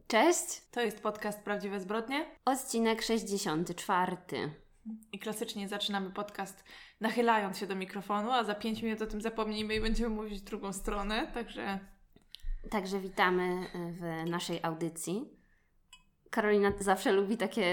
Cześć! To jest podcast Prawdziwe Zbrodnie. Odcinek 64. I klasycznie zaczynamy podcast nachylając się do mikrofonu, a za 5 minut o tym zapomnimy i będziemy mówić w drugą stronę, Także witamy w naszej audycji. Karolina zawsze lubi takie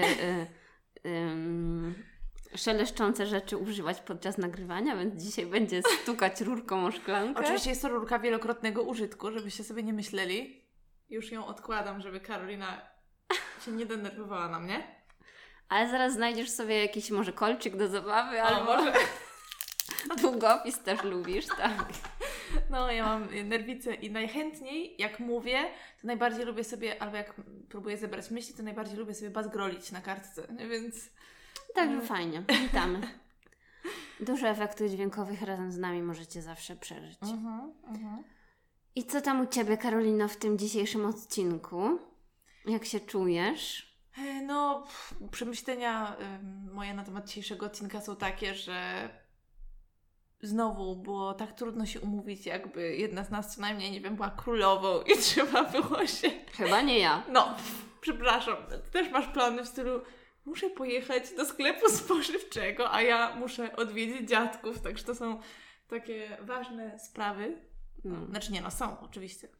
szeleszczące rzeczy używać podczas nagrywania, więc dzisiaj będzie stukać rurką o szklankę. Oczywiście jest to rurka wielokrotnego użytku, żebyście sobie nie myśleli. Już ją odkładam, żeby Karolina się nie denerwowała na mnie. Ale zaraz znajdziesz sobie jakiś może kolczyk do zabawy, albo może długopis też lubisz, tak? No, ja mam nerwicę i najchętniej, jak mówię, to najbardziej lubię sobie, albo jak próbuję zebrać myśli, to najbardziej lubię sobie bazgrolić na kartce, więc... Także fajnie, witamy. Dużo efektów dźwiękowych razem z nami możecie zawsze przeżyć. I co tam u Ciebie, Karolino, w tym dzisiejszym odcinku? Jak się czujesz? No, przemyślenia moje na temat dzisiejszego odcinka są takie, że znowu było tak trudno się umówić, jakby jedna z nas co najmniej, nie wiem, była królową i trzeba było się... Chyba nie ja. No, przepraszam, ty też masz plany w stylu muszę pojechać do sklepu spożywczego, a ja muszę odwiedzić dziadków, także to są takie ważne sprawy. Znaczy nie, no są oczywiście.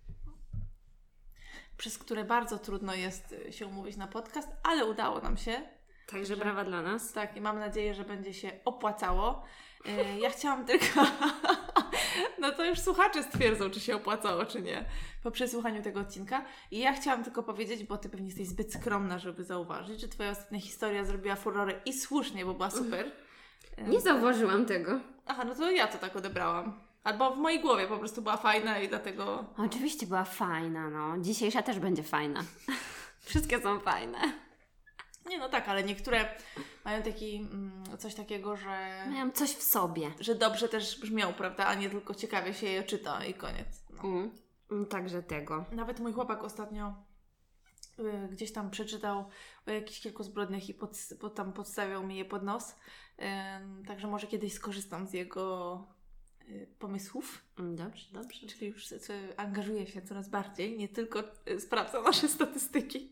Przez które bardzo trudno jest się umówić na podcast, ale udało nam się. Także brawa dla nas. Tak, i mam nadzieję, że będzie się opłacało. Ja chciałam tylko... No to już słuchacze stwierdzą, czy się opłacało, czy nie, po przesłuchaniu tego odcinka. I ja chciałam tylko powiedzieć, bo Ty pewnie jesteś zbyt skromna, żeby zauważyć, że Twoja ostatnia historia zrobiła furorę i słusznie, bo była super. Nie zauważyłam tego. Aha, no to ja to tak odebrałam. Albo w mojej głowie po prostu była fajna i dlatego... Oczywiście była fajna, no. Dzisiejsza też będzie fajna. Wszystkie są fajne. Nie, no tak, ale niektóre mają coś takiego, że... Mają coś w sobie. Że dobrze też brzmią, prawda? A nie tylko ciekawie się je czyta i koniec. No. Także tego. Nawet mój chłopak ostatnio gdzieś tam przeczytał o jakichś kilku zbrodniach i tam podstawiał mi je pod nos. Także może kiedyś skorzystam z jego pomysłów. Dobrze. Czyli już angażuję się coraz bardziej, nie tylko sprawdzam nasze statystyki.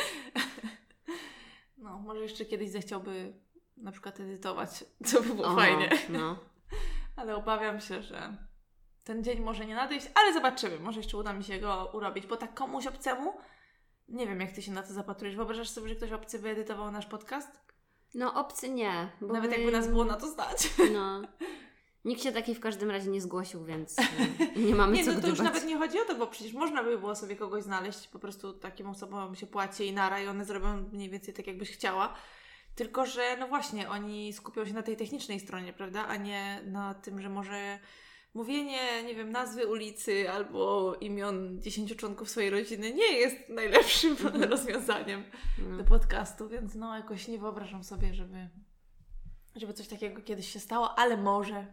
No, może jeszcze kiedyś zechciałby na przykład edytować, co by było fajnie. No. Ale obawiam się, że ten dzień może nie nadejść, ale zobaczymy. Może jeszcze uda mi się go urobić, bo tak komuś obcemu, nie wiem jak Ty się na to zapatrujesz. Wyobrażasz sobie, że ktoś obcy wyedytował nasz podcast? No obcy nie. Bo nawet jakby nas było na to stać. No. Nikt się taki w każdym razie nie zgłosił, więc nie mamy co to gdybać. już nawet nie chodzi o to, bo przecież można by było sobie kogoś znaleźć, po prostu takim osobom się płaci i nara i one zrobią mniej więcej tak, jakbyś chciała. Tylko, że no właśnie, oni skupią się na tej technicznej stronie, prawda? A nie na tym, że może mówienie, nie wiem, nazwy ulicy albo imion 10 członków swojej rodziny nie jest najlepszym rozwiązaniem do podcastu, więc no jakoś nie wyobrażam sobie, żeby coś takiego kiedyś się stało, ale może.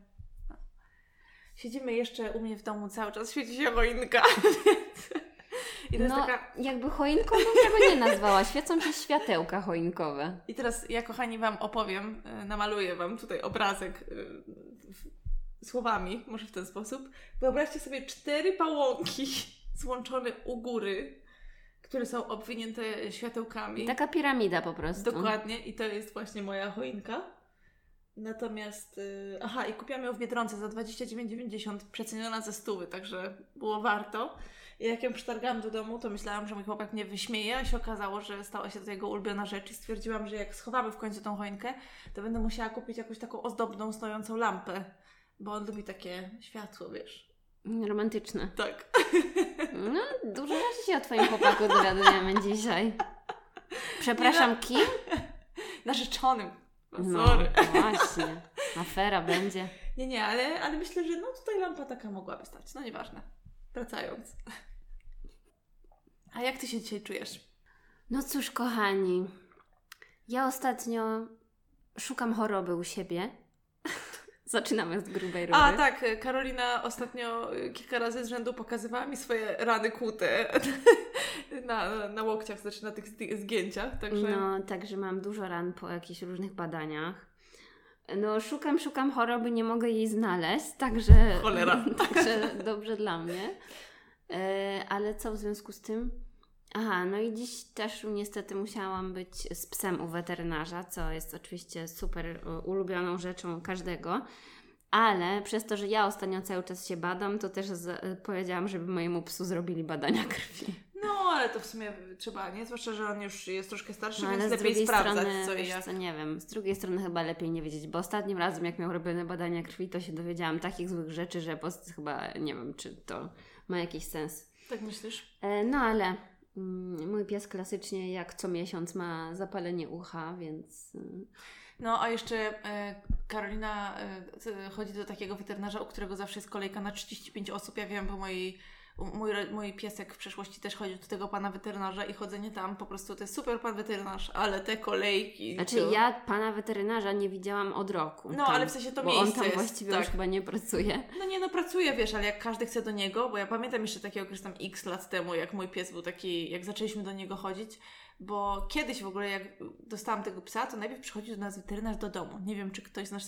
Siedzimy jeszcze u mnie w domu cały czas, świeci się choinka, I to jest taka... jakby choinką bym tego nie nazwała. Świecą się światełka choinkowe. I teraz ja, kochani, Wam opowiem, namaluję Wam tutaj obrazek słowami, może w ten sposób. Wyobraźcie sobie 4 pałąki złączone u góry, które są obwinięte światełkami. Taka piramida po prostu. Dokładnie. I to jest właśnie moja choinka. Natomiast, i kupiłam ją w Biedronce za 29,90, przeceniona ze 100, także było warto. I jak ją przytargałam do domu, to myślałam, że mój chłopak mnie wyśmieje, a się okazało, że stała się to jego ulubiona rzecz i stwierdziłam, że jak schowamy w końcu tą choinkę, to będę musiała kupić jakąś taką ozdobną, stojącą lampę, bo on lubi takie światło, wiesz. Romantyczne. Tak. No, dużo razy się o Twoim chłopaku dowiadujemy dzisiaj. Przepraszam, kim? Narzeczonym. No, sorry. Właśnie. Afera będzie. Nie, ale myślę, że tutaj lampa taka mogłaby stać. No nieważne. Wracając. A jak Ty się dzisiaj czujesz? No cóż, kochani. Ja ostatnio szukam choroby u siebie. Zaczynamy od grubej rury. A tak, Karolina ostatnio kilka razy z rzędu pokazywała mi swoje rany kłute na łokciach, znaczy na tych zgięciach. Także mam dużo ran po jakichś różnych badaniach. No szukam choroby, nie mogę jej znaleźć, także... Cholera. Także dobrze dla mnie. Ale co w związku z tym? Aha, no i dziś też niestety musiałam być z psem u weterynarza, co jest oczywiście super ulubioną rzeczą każdego. Ale przez to, że ja ostatnio cały czas się badam, to też powiedziałam, żeby mojemu psu zrobili badania krwi. No, ale to w sumie trzeba, nie? Zwłaszcza, że on już jest troszkę starszy, No, więc lepiej sprawdzać, strony, co i jak. Co, nie wiem, z drugiej strony chyba lepiej nie wiedzieć, bo ostatnim razem, jak miał robione badania krwi, to się dowiedziałam takich złych rzeczy, że po prostu chyba nie wiem, czy to ma jakiś sens. Tak myślisz? No, ale mój pies klasycznie jak co miesiąc ma zapalenie ucha, więc... No, a jeszcze Karolina chodzi do takiego weterynarza, u którego zawsze jest kolejka na 35 osób. Ja wiem, bo mój piesek w przeszłości też chodził do tego pana weterynarza i chodzenie tam po prostu to jest super pan weterynarz, ale te kolejki... Znaczy ja pana weterynarza nie widziałam od roku. No, ale w sensie to miejsce on tam jest, właściwie tak. już chyba nie pracuje. No nie, no pracuje, wiesz, ale jak każdy chce do niego, bo ja pamiętam jeszcze takiego okres tam x lat temu, jak mój pies był taki, jak zaczęliśmy do niego chodzić, bo kiedyś w ogóle jak dostałam tego psa, to najpierw przychodził do nas weterynarz do domu. Nie wiem, czy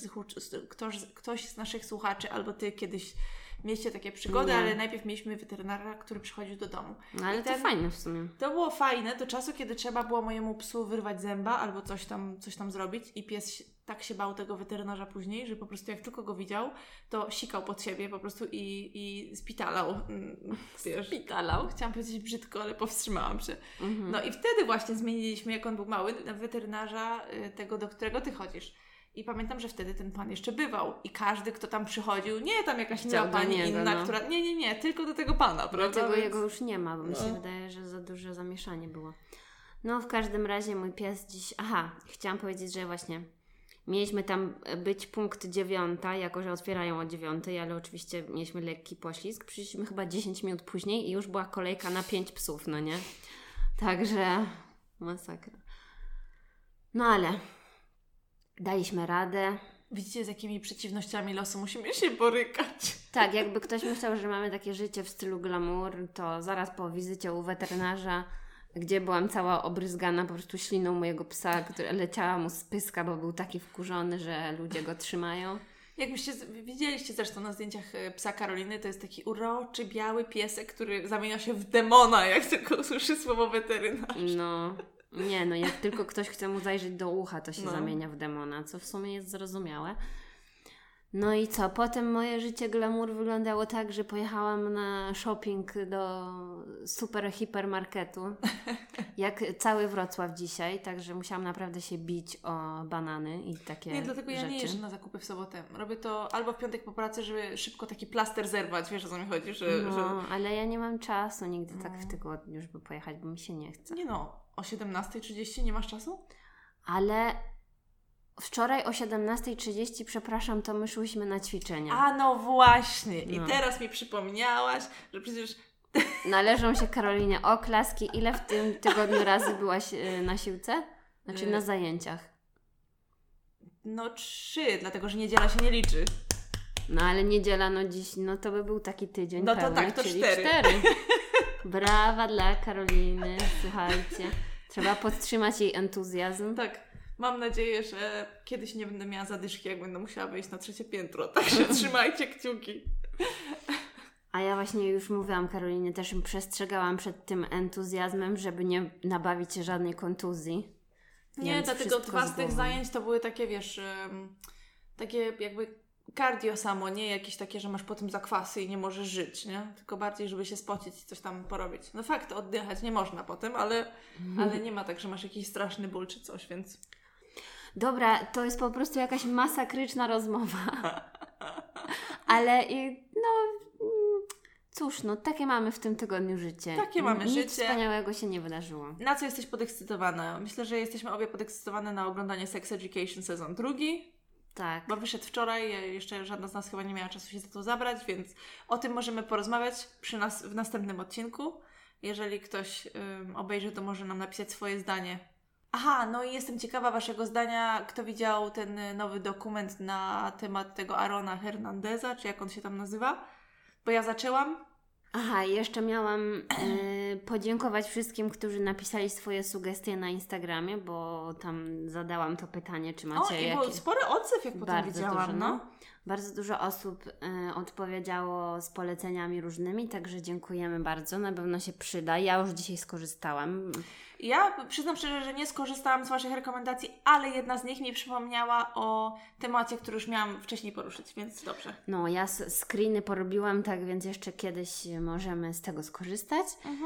ktoś z naszych słuchaczy albo ty kiedyś mieliście takie przygody, ale najpierw mieliśmy weterynara, który przychodził do domu. No ale to fajne w sumie. To było fajne do czasu, kiedy trzeba było mojemu psu wyrwać zęba albo coś tam zrobić i pies tak się bał tego weterynarza później, że po prostu jak tylko go widział, to sikał pod siebie po prostu i spitalał. Wiesz, Spitalał? Chciałam powiedzieć brzydko, ale powstrzymałam się. Mhm. No i wtedy właśnie zmieniliśmy, jak on był mały, na weterynarza tego, do którego ty chodzisz. I pamiętam, że wtedy ten pan jeszcze bywał i każdy, kto tam przychodził, nie tam jakaś inna pani inna, która... Nie, tylko do tego pana, prawda? Dlatego jego już nie ma, bo mi się wydaje, że za duże zamieszanie było. No w każdym razie mój pies dziś... Aha, chciałam powiedzieć, że właśnie mieliśmy tam być punkt 9, jako że otwierają o 9, ale oczywiście mieliśmy lekki poślizg. Przyszliśmy chyba 10 minut później i już była kolejka na 5 psów, no nie? Także masakra. No ale... Daliśmy radę. Widzicie, z jakimi przeciwnościami losu musimy się borykać. Tak, jakby ktoś myślał, że mamy takie życie w stylu glamour, to zaraz po wizycie u weterynarza, gdzie byłam cała obryzgana po prostu śliną mojego psa, która leciała mu z pyska, bo był taki wkurzony, że ludzie go trzymają. Jakbyście widzieliście zresztą na zdjęciach psa Karoliny, to jest taki uroczy, biały piesek, który zamienia się w demona, jak tylko usłyszy słowo weterynarz. No... Nie, no jak tylko ktoś chce mu zajrzeć do ucha, to się zamienia w demona, co w sumie jest zrozumiałe. No i co? Potem moje życie glamour wyglądało tak, że pojechałam na shopping do super hipermarketu, jak cały Wrocław dzisiaj, także musiałam naprawdę się bić o banany i takie rzeczy. Nie, dlatego ja nie jeżdżę na zakupy w sobotę. Robię to albo w piątek po pracy, żeby szybko taki plaster zerwać, wiesz o co mi chodzi? Ale ja nie mam czasu nigdy tak w tygodniu, żeby pojechać, bo mi się nie chce. Nie no, o 17:30 nie masz czasu? Ale... Wczoraj o 17:30, przepraszam, to my szłyśmy na ćwiczenia. A no właśnie. I teraz mi przypomniałaś, że przecież... Należą się Karolinie oklaski. Ile w tym tygodniu razy byłaś na siłce? Znaczy na zajęciach? No 3, dlatego że niedziela się nie liczy. No ale niedziela, no dziś, no to by był taki tydzień no pełny, to tak, to czyli 4. Brawa dla Karoliny, słuchajcie. Trzeba podtrzymać jej entuzjazm. Tak. Mam nadzieję, że kiedyś nie będę miała zadyszki, jak będę musiała wejść na 3. piętro. Także trzymajcie kciuki. A ja właśnie już mówiłam Karolinie, też przestrzegałam przed tym entuzjazmem, żeby nie nabawić się żadnej kontuzji. Nie, dlatego 2 z tych zajęć to były takie, wiesz, takie jakby cardio samo, nie jakieś takie, że masz potem zakwasy i nie możesz żyć, nie? Tylko bardziej, żeby się spocić i coś tam porobić. No fakt, oddychać nie można potem, ale nie ma tak, że masz jakiś straszny ból czy coś, więc... Dobra, to jest po prostu jakaś masakryczna rozmowa. Ale cóż, no takie mamy w tym tygodniu życie. Takie mamy życie. Nic wspaniałego się nie wydarzyło. Na co jesteś podekscytowana? Myślę, że jesteśmy obie podekscytowane na oglądanie Sex Education sezon 2. Tak. Bo wyszedł wczoraj, jeszcze żadna z nas chyba nie miała czasu się za to zabrać, więc o tym możemy porozmawiać w następnym odcinku. Jeżeli ktoś obejrzy, to może nam napisać swoje zdanie. Aha, no i jestem ciekawa Waszego zdania, kto widział ten nowy dokument na temat tego Aarona Hernandeza, czy jak on się tam nazywa? Bo ja zaczęłam. Aha, jeszcze miałam podziękować wszystkim, którzy napisali swoje sugestie na Instagramie, bo tam zadałam to pytanie, czy macie jakieś... Bo spory odzew, jak potem widziałam. Dużo, no. Bardzo dużo osób odpowiedziało z poleceniami różnymi, także dziękujemy bardzo. Na pewno się przyda. Ja już dzisiaj skorzystałam. Ja przyznam szczerze, że nie skorzystałam z Waszych rekomendacji, ale jedna z nich mi przypomniała o temacie, który już miałam wcześniej poruszyć, więc dobrze. No, ja screeny porobiłam, tak więc jeszcze kiedyś możemy z tego skorzystać.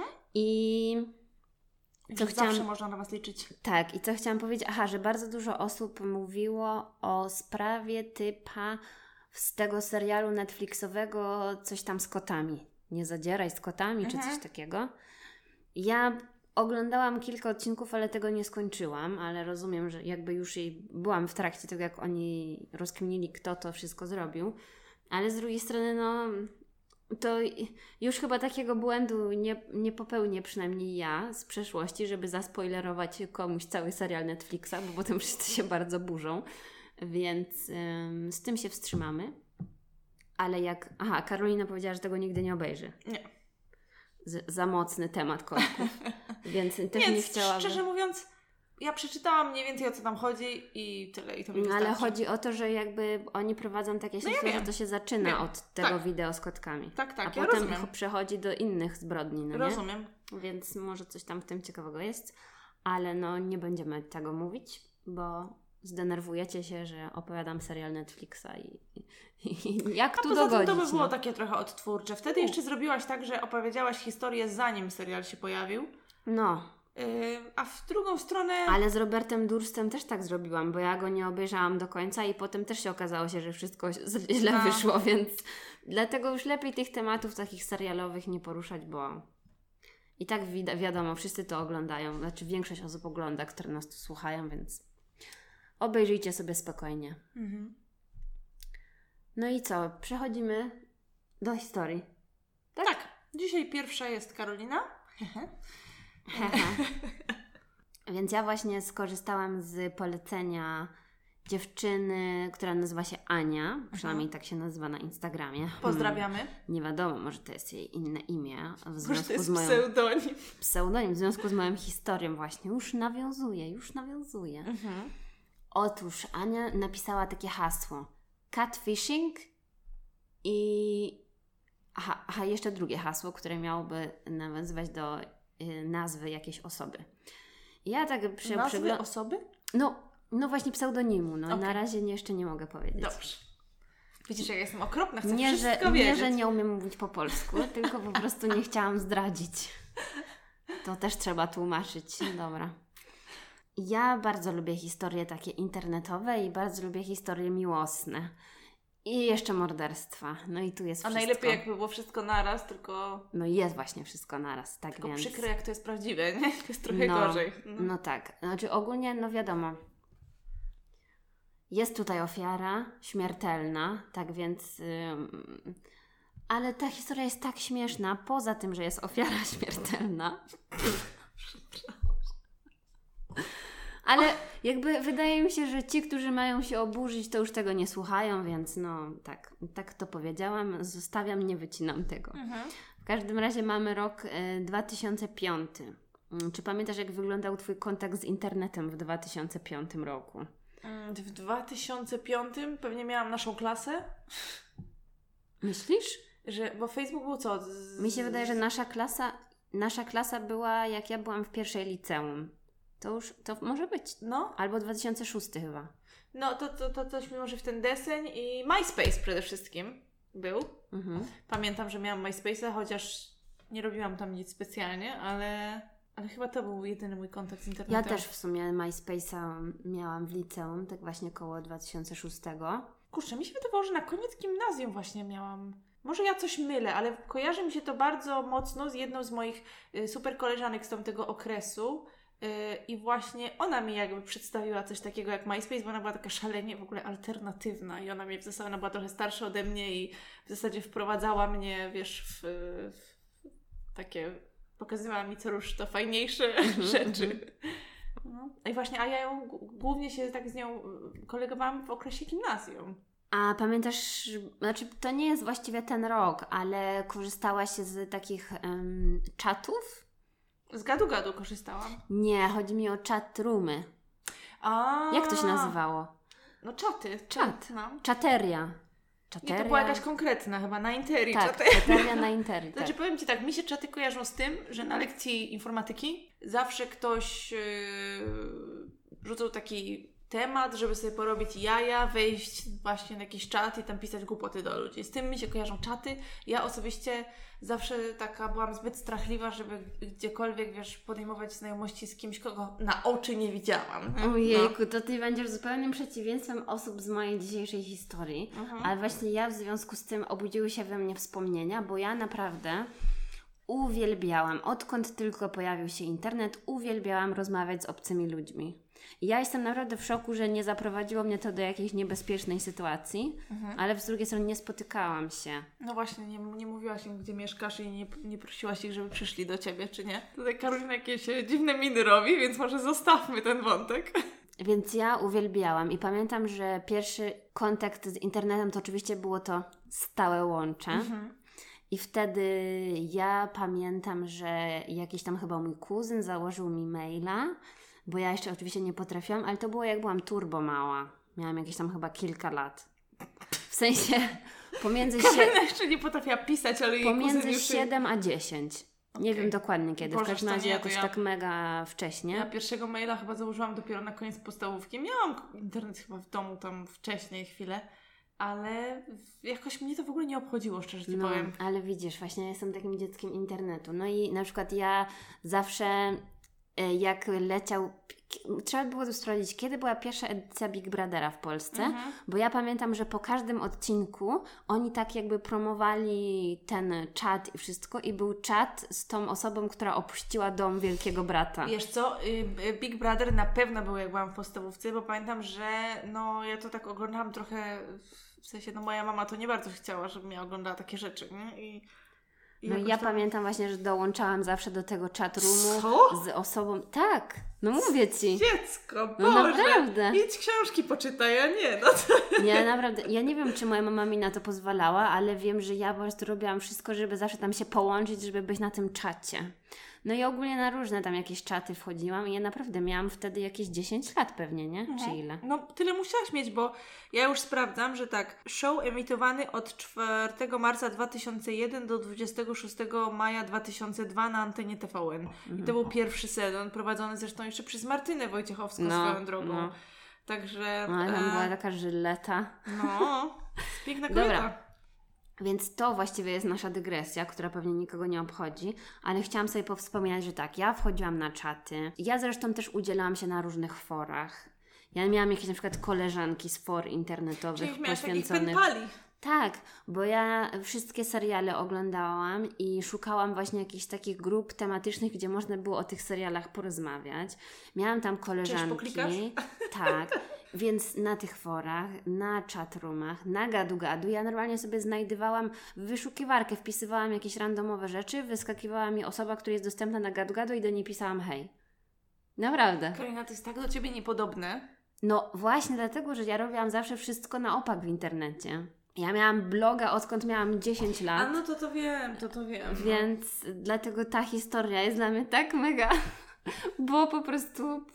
I co zawsze można na Was liczyć. Tak, i co chciałam powiedzieć? Że bardzo dużo osób mówiło o sprawie typa z tego serialu Netflixowego coś tam z kotami. Nie zadzieraj z kotami, czy coś takiego. Ja oglądałam kilka odcinków, ale tego nie skończyłam, ale rozumiem, że jakby już byłam w trakcie tego, jak oni rozkminili, kto to wszystko zrobił. Ale z drugiej strony, no... To już chyba takiego błędu nie popełnię, przynajmniej ja, z przeszłości, żeby zaspoilerować komuś cały serial Netflixa, bo potem wszyscy się bardzo burzą, więc z tym się wstrzymamy. Ale jak... Karolina powiedziała, że tego nigdy nie obejrzy. Nie. Za mocny temat kotków, więc też nie chciałabym... Szczerze mówiąc, ja przeczytałam mniej więcej, o co tam chodzi i tyle, i to mi wystarczy. Ale chodzi o to, że jakby oni prowadzą takie śledztwo, że to się zaczyna od tego wideo z kotkami. Tak, a ja potem rozumiem. Przechodzi do innych zbrodni, no Rozumiem. Nie? Więc może coś tam w tym ciekawego jest, ale no nie będziemy tego mówić, bo zdenerwujecie się, że opowiadam serial Netflixa i jak tu dogodzić. A poza tym to by było takie trochę odtwórcze. Wtedy jeszcze zrobiłaś tak, że opowiedziałaś historię zanim serial się pojawił. No. A w drugą stronę... Ale z Robertem Durstem też tak zrobiłam, bo ja go nie obejrzałam do końca i potem też się okazało się, że wszystko źle wyszło, więc dlatego już lepiej tych tematów takich serialowych nie poruszać, bo i tak wiadomo, wszyscy to oglądają, znaczy większość osób ogląda, które nas tu słuchają, więc obejrzyjcie sobie spokojnie. No i co? Przechodzimy do historii. Tak. Dzisiaj pierwsza jest Karolina. Więc ja właśnie skorzystałam z polecenia dziewczyny, która nazywa się Ania. Przynajmniej tak się nazywa na Instagramie. Pozdrawiamy. Nie wiadomo, może to jest jej inne imię. W związku może to jest z moją... pseudonim. Pseudonim, w związku z moją historią właśnie. Już nawiązuje. Otóż Ania napisała takie hasło. Catfishing i... jeszcze drugie hasło, które miałoby nawiązywać do nazwy jakiejś osoby. Ja tak nazwy osoby? No właśnie pseudonimu. Okay. Na razie jeszcze nie mogę powiedzieć. Dobrze. Widzisz, jak ja jestem okropna, chcę wszystko wiedzieć. Nie, że nie umiem mówić po polsku, tylko po prostu nie chciałam zdradzić. To też trzeba tłumaczyć. Dobra. Ja bardzo lubię historie takie internetowe i bardzo lubię historie miłosne. I jeszcze morderstwa. No i tu jest wszystko. A najlepiej jakby było wszystko naraz, tylko... No jest właśnie wszystko naraz, tak tylko więc... przykre jak to jest prawdziwe, nie? To jest trochę gorzej. No tak. Znaczy ogólnie, no wiadomo. Jest tutaj ofiara śmiertelna, tak więc... Ale ta historia jest tak śmieszna, poza tym, że jest ofiara śmiertelna. Ale jakby wydaje mi się, że ci, którzy mają się oburzyć, to już tego nie słuchają, więc no tak to powiedziałam. Zostawiam, nie wycinam tego. W każdym razie mamy rok 2005. Czy pamiętasz, jak wyglądał Twój kontakt z internetem w 2005 roku? W 2005 pewnie miałam naszą klasę. Myślisz? Bo Facebook był co? Mi się wydaje, że nasza klasa była, jak ja byłam w pierwszej liceum. To może być. No. Albo 2006 chyba. No to coś mi może w ten deseń i MySpace przede wszystkim był. Pamiętam, że miałam MySpace'a, chociaż nie robiłam tam nic specjalnie, ale chyba to był jedyny mój kontakt z internetem. Ja też w sumie MySpace'a miałam w liceum, tak właśnie koło 2006. Kurczę, mi się wydawało, że na koniec gimnazjum właśnie miałam... Może ja coś mylę, ale kojarzy mi się to bardzo mocno z jedną z moich super koleżanek z tamtego okresu. I właśnie ona mi jakby przedstawiła coś takiego jak MySpace, bo ona była taka szalenie w ogóle alternatywna i ona mnie w zasadzie, ona była trochę starsza ode mnie i w zasadzie wprowadzała mnie, wiesz, w takie, pokazywała mi co rusz to fajniejsze rzeczy. No. I właśnie, a ja ją głównie się tak z nią kolegowałam w okresie gimnazjum. A pamiętasz, znaczy to nie jest właściwie ten rok, ale korzystałaś z takich czatów? z gadu-gadu korzystałam. Nie, chodzi mi o chatroomy. Jak to się nazywało? No czaty. Czat. No. Czateria. Nie, to była jakaś konkretna chyba, na Interi. Tak, czateria na Interi. Znaczy powiem Ci tak, mi się czaty kojarzą z tym, że na lekcji informatyki zawsze ktoś rzucał taki temat, żeby sobie porobić jaja, wejść właśnie na jakiś czat i tam pisać głupoty do ludzi. Z tym mi się kojarzą czaty. Ja osobiście zawsze taka byłam zbyt strachliwa, żeby gdziekolwiek, wiesz, podejmować znajomości z kimś, kogo na oczy nie widziałam. Ojejku, to Ty będziesz zupełnym przeciwieństwem osób z mojej dzisiejszej historii. Ale właśnie ja w związku z tym obudziły się we mnie wspomnienia, bo ja naprawdę uwielbiałam, odkąd tylko pojawił się internet, uwielbiałam rozmawiać z obcymi ludźmi. I ja jestem naprawdę w szoku, że nie zaprowadziło mnie to do jakiejś niebezpiecznej sytuacji, ale z drugiej strony nie spotykałam się. No właśnie, nie mówiłaś im, gdzie mieszkasz i nie prosiłaś ich, żeby przyszli do Ciebie, czy nie? Tutaj Karolina jakieś dziwne miny robi, więc może zostawmy ten wątek. Więc ja uwielbiałam i pamiętam, że pierwszy kontakt z internetem to oczywiście było to stałe łącze. I wtedy ja pamiętam, że jakiś tam chyba mój kuzyn założył mi maila, bo ja jeszcze oczywiście nie potrafiłam, ale to było jak byłam turbo mała. Miałam jakieś tam chyba kilka lat. W sensie pomiędzy... Karolina jeszcze nie potrafiła pisać, ale jej pomiędzy już... 7 a 10. Nie wiem dokładnie kiedy. W każdym razie jakoś tak mega wcześnie. Ja pierwszego maila chyba założyłam dopiero na koniec podstawówki. Miałam internet chyba w domu tam wcześniej chwilę. Ale jakoś mnie to w ogóle nie obchodziło, szczerze Ci powiem. Ale widzisz, właśnie ja jestem takim dzieckiem internetu. No i na przykład ja zawsze jak leciał... Trzeba było to sprawdzić, kiedy była pierwsza edycja Big Brothera w Polsce, bo ja pamiętam, że po każdym odcinku oni tak jakby promowali ten czat i wszystko i był czat z tą osobą, która opuściła dom Wielkiego Brata. Wiesz co, Big Brother na pewno był jak byłam w podstawówce, bo pamiętam, że ja to tak oglądałam trochę, w sensie moja mama to nie bardzo chciała, żebym ja oglądała takie rzeczy, nie? No ja pamiętam właśnie, że dołączałam zawsze do tego chatroomu z osobą... Tak, no mówię Ci. Dziecko, Boże, no naprawdę. Idź książki poczytaj, a nie, Ja naprawdę, ja nie wiem, czy moja mama mi na to pozwalała, ale wiem, że ja po prostu robiłam wszystko, żeby zawsze tam się połączyć, żeby być na tym czacie. No i ogólnie na różne tam jakieś czaty wchodziłam i ja naprawdę miałam wtedy jakieś 10 lat pewnie, nie? Czy ile? No tyle musiałaś mieć, bo ja już sprawdzam, że tak, show emitowany od 4 marca 2001 do 26 maja 2002 na antenie TVN. I to był pierwszy sezon, prowadzony zresztą jeszcze przez Martynę Wojciechowską swoją drogą. Także... No ale tam była taka żyleta. No, piękna kobieta. Dobra. Więc to właściwie jest nasza dygresja, która pewnie nikogo nie obchodzi, ale chciałam sobie powspominać, że tak, ja wchodziłam na czaty. Ja zresztą też udzielałam się na różnych forach. Ja miałam jakieś na przykład koleżanki z for internetowych poświęconych. Tak, bo ja wszystkie seriale oglądałam i szukałam właśnie jakichś takich grup tematycznych, gdzie można było o tych serialach porozmawiać. Miałam tam koleżanki. Tak. Więc na tych forach, na chatroomach, na gadu-gadu ja normalnie sobie znajdowałam w wyszukiwarkę, wpisywałam jakieś randomowe rzeczy, wyskakiwała mi osoba, która jest dostępna na gadu-gadu i do niej pisałam hej. Naprawdę. Karolina, to jest tak do Ciebie niepodobne. No właśnie dlatego, że ja robiłam zawsze wszystko na opak w internecie. Ja miałam bloga odkąd miałam 10 lat. A no to wiem. Więc dlatego ta historia jest dla mnie tak mega, bo po prostu...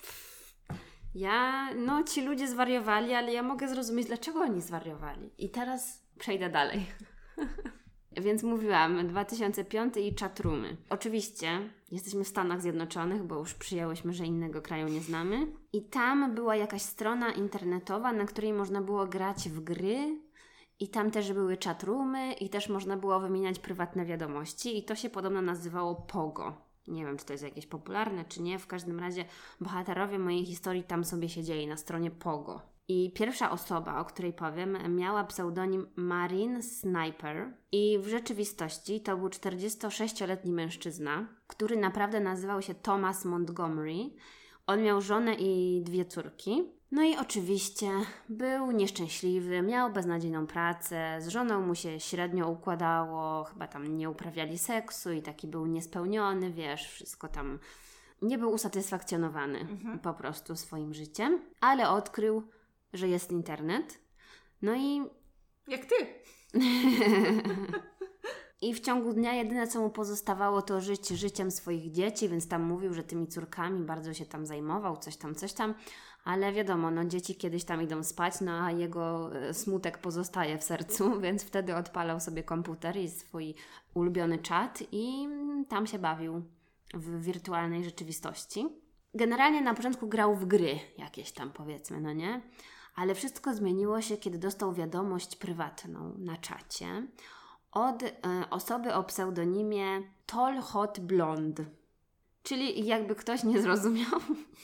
ci ludzie zwariowali, ale ja mogę zrozumieć, dlaczego oni zwariowali. I teraz przejdę dalej. Więc mówiłam, 2005 i chatroomy. Oczywiście jesteśmy w Stanach Zjednoczonych, bo już przyjęłyśmy, że innego kraju nie znamy. I tam była jakaś strona internetowa, na której można było grać w gry. I tam też były chatroomy i też można było wymieniać prywatne wiadomości. I to się podobno nazywało Pogo. Nie wiem, czy to jest jakieś popularne, czy nie. W każdym razie bohaterowie mojej historii tam sobie siedzieli na stronie Pogo. I pierwsza osoba, o której powiem, miała pseudonim Marine Sniper. I w rzeczywistości to był 46-letni mężczyzna, który naprawdę nazywał się Thomas Montgomery. On miał żonę i 2 córki. No i oczywiście był nieszczęśliwy, miał beznadziejną pracę, z żoną mu się średnio układało, chyba tam nie uprawiali seksu i taki był niespełniony, wiesz, wszystko tam, nie był usatysfakcjonowany po prostu swoim życiem, ale odkrył, że jest internet, no i... Jak ty! I w ciągu dnia jedyne, co mu pozostawało, to żyć życiem swoich dzieci, więc tam mówił, że tymi córkami bardzo się tam zajmował, coś tam. Ale wiadomo, no dzieci kiedyś tam idą spać, no a jego smutek pozostaje w sercu, więc wtedy odpalał sobie komputer i swój ulubiony czat i tam się bawił w wirtualnej rzeczywistości. Generalnie na początku grał w gry jakieś tam, powiedzmy, no nie? Ale wszystko zmieniło się, kiedy dostał wiadomość prywatną na czacie od osoby o pseudonimie Tall Hot Blonde. Czyli jakby ktoś nie zrozumiał,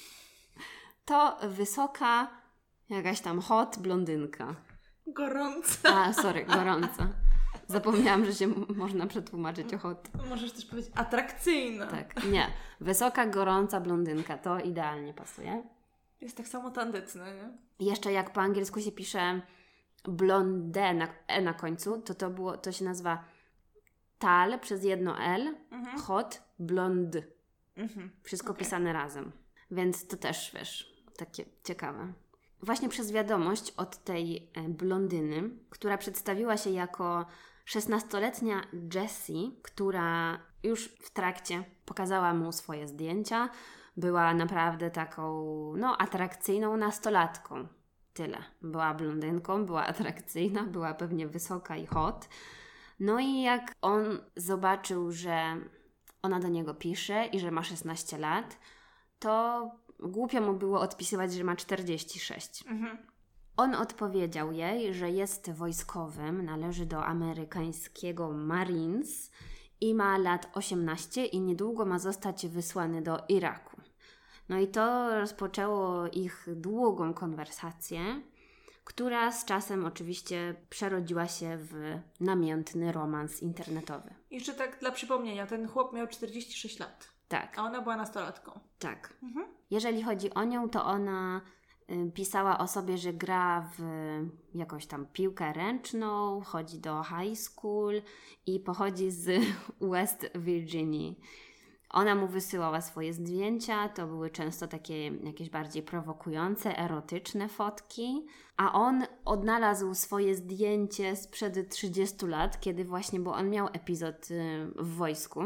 to wysoka, jakaś tam hot blondynka. Gorąca. Gorąca. Zapomniałam, że się można przetłumaczyć o hot. Możesz też powiedzieć atrakcyjna. Tak, nie. Wysoka, gorąca blondynka. To idealnie pasuje. Jest tak samo tandetne, nie? Jeszcze jak po angielsku się pisze blonde na końcu, to się nazywa tal przez jedno L, hot, blond. Wszystko pisane razem. Więc to też, wiesz, takie ciekawe. Właśnie przez wiadomość od tej blondyny, która przedstawiła się jako 16-letnia Jessie, która już w trakcie pokazała mu swoje zdjęcia, była naprawdę taką, atrakcyjną nastolatką. Tyle. Była blondynką, była atrakcyjna, była pewnie wysoka i hot. No i jak on zobaczył, że ona do niego pisze i że ma 16 lat, to głupio mu było odpisywać, że ma 46. On odpowiedział jej, że jest wojskowym, należy do amerykańskiego Marines i ma lat 18 i niedługo ma zostać wysłany do Iraku. No i to rozpoczęło ich długą konwersację, która z czasem oczywiście przerodziła się w namiętny romans internetowy. Jeszcze tak dla przypomnienia, ten chłop miał 46 lat. Tak. A ona była nastolatką. Tak. Jeżeli chodzi o nią, to ona pisała o sobie, że gra w jakąś tam piłkę ręczną, chodzi do high school i pochodzi z West Virginii. Ona mu wysyłała swoje zdjęcia, to były często takie jakieś bardziej prowokujące, erotyczne fotki, a on odnalazł swoje zdjęcie sprzed 30 lat, kiedy właśnie, bo on miał epizod w wojsku.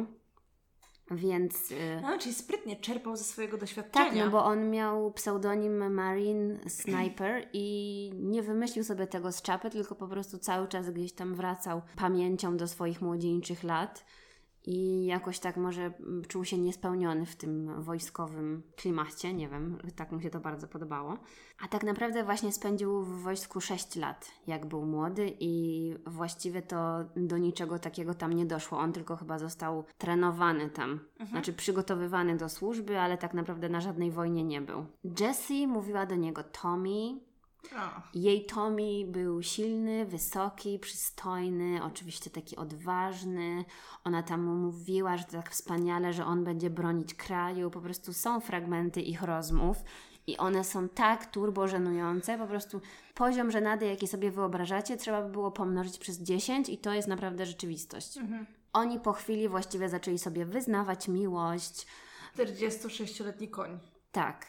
Więc... czyli sprytnie czerpał ze swojego doświadczenia. Tak, no bo on miał pseudonim Marine Sniper i nie wymyślił sobie tego z czapy, tylko po prostu cały czas gdzieś tam wracał pamięcią do swoich młodzieńczych lat i jakoś tak może czuł się niespełniony w tym wojskowym klimacie, nie wiem, tak mu się to bardzo podobało. A tak naprawdę właśnie spędził w wojsku 6 lat, jak był młody i właściwie to do niczego takiego tam nie doszło. On tylko chyba został trenowany tam, znaczy przygotowywany do służby, ale tak naprawdę na żadnej wojnie nie był. Jessie mówiła do niego Tommy. Jej Tommy był silny, wysoki, przystojny, oczywiście taki odważny. Ona tam mu mówiła, że to tak wspaniale, że on będzie bronić kraju. Po prostu są fragmenty ich rozmów i one są tak turbo żenujące. Po prostu poziom żenady, jaki sobie wyobrażacie, trzeba by było pomnożyć przez 10 i to jest naprawdę rzeczywistość. Oni po chwili właściwie zaczęli sobie wyznawać miłość. 46-letni koń. Tak.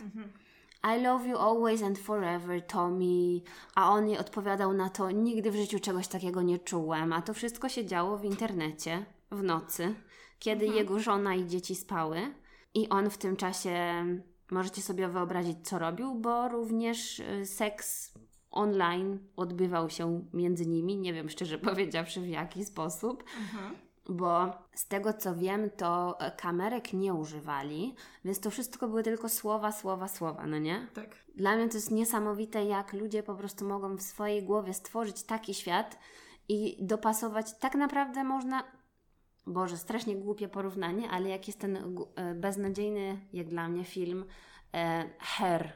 I love you always and forever, Tommy. A on jej odpowiadał na to, nigdy w życiu czegoś takiego nie czułem. A to wszystko się działo w internecie, w nocy, kiedy jego żona i dzieci spały. I on w tym czasie, możecie sobie wyobrazić, co robił, bo również seks online odbywał się między nimi. Nie wiem, szczerze powiedziawszy, w jaki sposób. Bo z tego co wiem, to kamerek nie używali, więc to wszystko były tylko słowa, no nie? Tak. Dla mnie to jest niesamowite, jak ludzie po prostu mogą w swojej głowie stworzyć taki świat i dopasować. Tak naprawdę można... Boże, strasznie głupie porównanie, ale jak jest ten beznadziejny, jak dla mnie, film Her.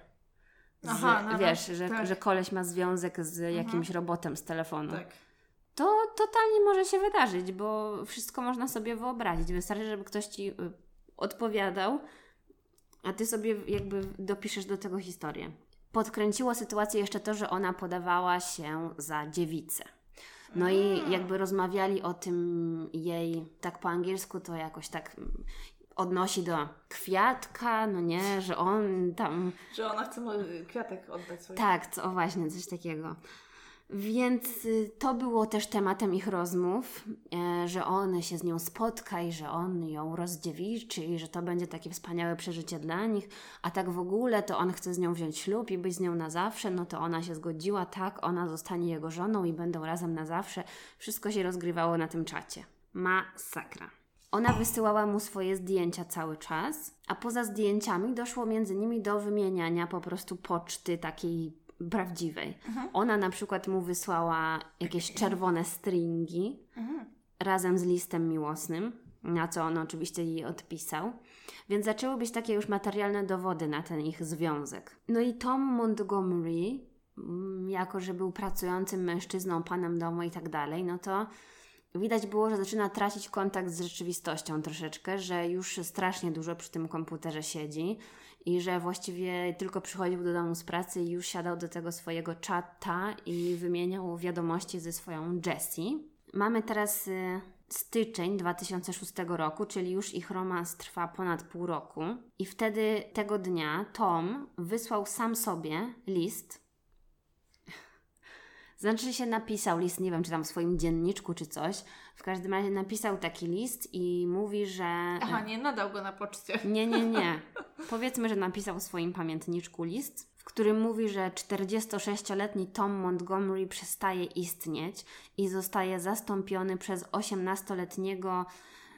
Wiesz, że koleś ma związek z jakimś robotem z telefonu. Tak. To totalnie może się wydarzyć, bo wszystko można sobie wyobrazić. Wystarczy, żeby ktoś Ci odpowiadał, a Ty sobie jakby dopiszesz do tego historię. Podkręciło sytuację jeszcze to, że ona podawała się za dziewicę. No i jakby rozmawiali o tym jej, tak po angielsku to jakoś tak odnosi do kwiatka, no nie, że on tam... Że ona chce mu kwiatek oddać swojemu. Tak, właśnie, coś takiego. Więc to było też tematem ich rozmów, że on się z nią spotka i że on ją rozdziewiczy i że to będzie takie wspaniałe przeżycie dla nich, a tak w ogóle to on chce z nią wziąć ślub i być z nią na zawsze, no to ona się zgodziła, tak, ona zostanie jego żoną i będą razem na zawsze. Wszystko się rozgrywało na tym czacie. Masakra. Ona wysyłała mu swoje zdjęcia cały czas, a poza zdjęciami doszło między nimi do wymieniania po prostu poczty takiej prawdziwej. Ona na przykład mu wysłała jakieś czerwone stringi razem z listem miłosnym, na co on oczywiście jej odpisał. Więc zaczęły być takie już materialne dowody na ten ich związek. No i Tom Montgomery, jako że był pracującym mężczyzną, panem domu i tak dalej, no to widać było, że zaczyna tracić kontakt z rzeczywistością troszeczkę, że już strasznie dużo przy tym komputerze siedzi i że właściwie tylko przychodził do domu z pracy i już siadał do tego swojego czata i wymieniał wiadomości ze swoją Jessie. Mamy teraz styczeń 2006 roku, czyli już ich romans trwa ponad pół roku i wtedy tego dnia Tom wysłał sam sobie list. Znaczy się napisał list, nie wiem, czy tam w swoim dzienniczku, czy coś. W każdym razie napisał taki list i mówi, że... Aha, nie nadał go na poczcie. Nie. Powiedzmy, że napisał w swoim pamiętniczku list, w którym mówi, że 46-letni Tom Montgomery przestaje istnieć i zostaje zastąpiony przez 18-letniego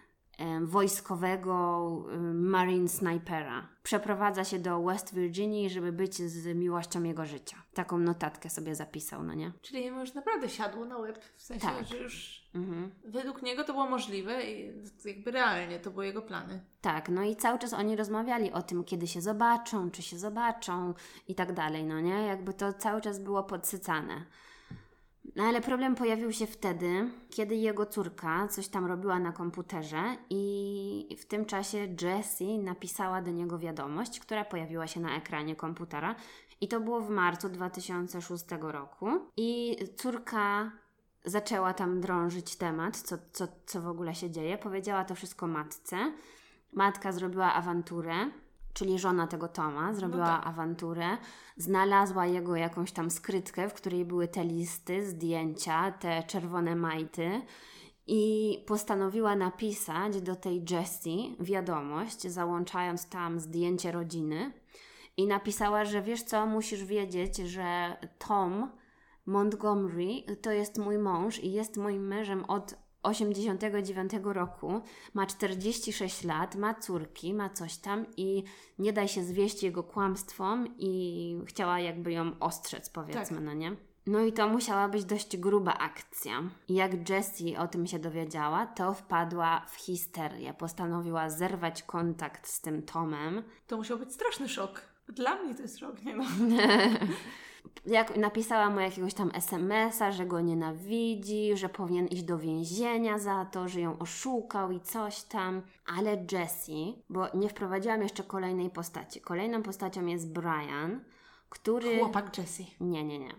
wojskowego Marine Snipera. Przeprowadza się do West Virginii, żeby być z miłością jego życia. Taką notatkę sobie zapisał, no nie? Czyli jemu już naprawdę siadło na łeb, w sensie, tak. że już według niego to było możliwe i jakby realnie to były jego plany. Tak, no i cały czas oni rozmawiali o tym, kiedy się zobaczą, czy się zobaczą i tak dalej, no nie? Jakby to cały czas było podsycane. No ale problem pojawił się wtedy, kiedy jego córka coś tam robiła na komputerze i w tym czasie Jessie napisała do niego wiadomość, która pojawiła się na ekranie komputera i to było w marcu 2006 roku i córka zaczęła tam drążyć temat, co w ogóle się dzieje. Powiedziała to wszystko matce. Matka zrobiła awanturę, czyli żona tego Toma, zrobiła awanturę, znalazła jego jakąś tam skrytkę, w której były te listy, zdjęcia, te czerwone majty i postanowiła napisać do tej Jessie wiadomość, załączając tam zdjęcie rodziny i napisała, że wiesz co, musisz wiedzieć, że Tom Montgomery to jest mój mąż i jest moim mężem od 89 roku, ma 46 lat, ma córki, ma coś tam i nie daj się zwieść jego kłamstwom i chciała jakby ją ostrzec, powiedzmy, tak. No nie? No i to musiała być dość gruba akcja. I jak Jessie o tym się dowiedziała, to wpadła w histerię. Postanowiła zerwać kontakt z tym Tomem. To musiał być straszny szok. Dla mnie to jest szok, nie no. Jak napisała mu jakiegoś tam SMS-a, że go nienawidzi, że powinien iść do więzienia za to, że ją oszukał i coś tam. Ale Jessie, bo nie wprowadziłam jeszcze kolejnej postaci. Kolejną postacią jest Brian, który... Chłopak Jessie. Nie.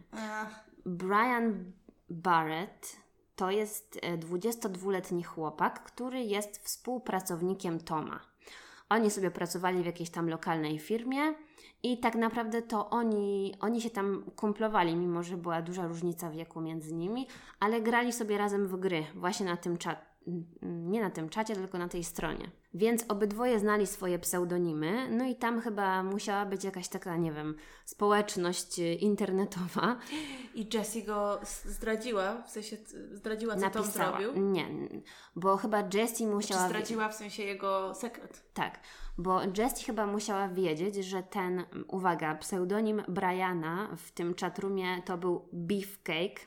Brian Barrett to jest 22-letni chłopak, który jest współpracownikiem Toma. Oni sobie pracowali w jakiejś tam lokalnej firmie i tak naprawdę to oni się tam kumplowali, mimo że była duża różnica wieku między nimi, ale grali sobie razem w gry właśnie na tym nie na tym czacie, tylko na tej stronie. Więc obydwoje znali swoje pseudonimy, no i tam chyba musiała być jakaś taka, nie wiem, społeczność internetowa. I Jessie go zdradziła, w sensie zdradziła, co Tom zrobił? Nie, bo chyba Jessie musiała... Czy zdradziła w sensie jego sekret? Tak, bo Jessie chyba musiała wiedzieć, że ten, uwaga, pseudonim Briana w tym chatroomie to był Beefcake.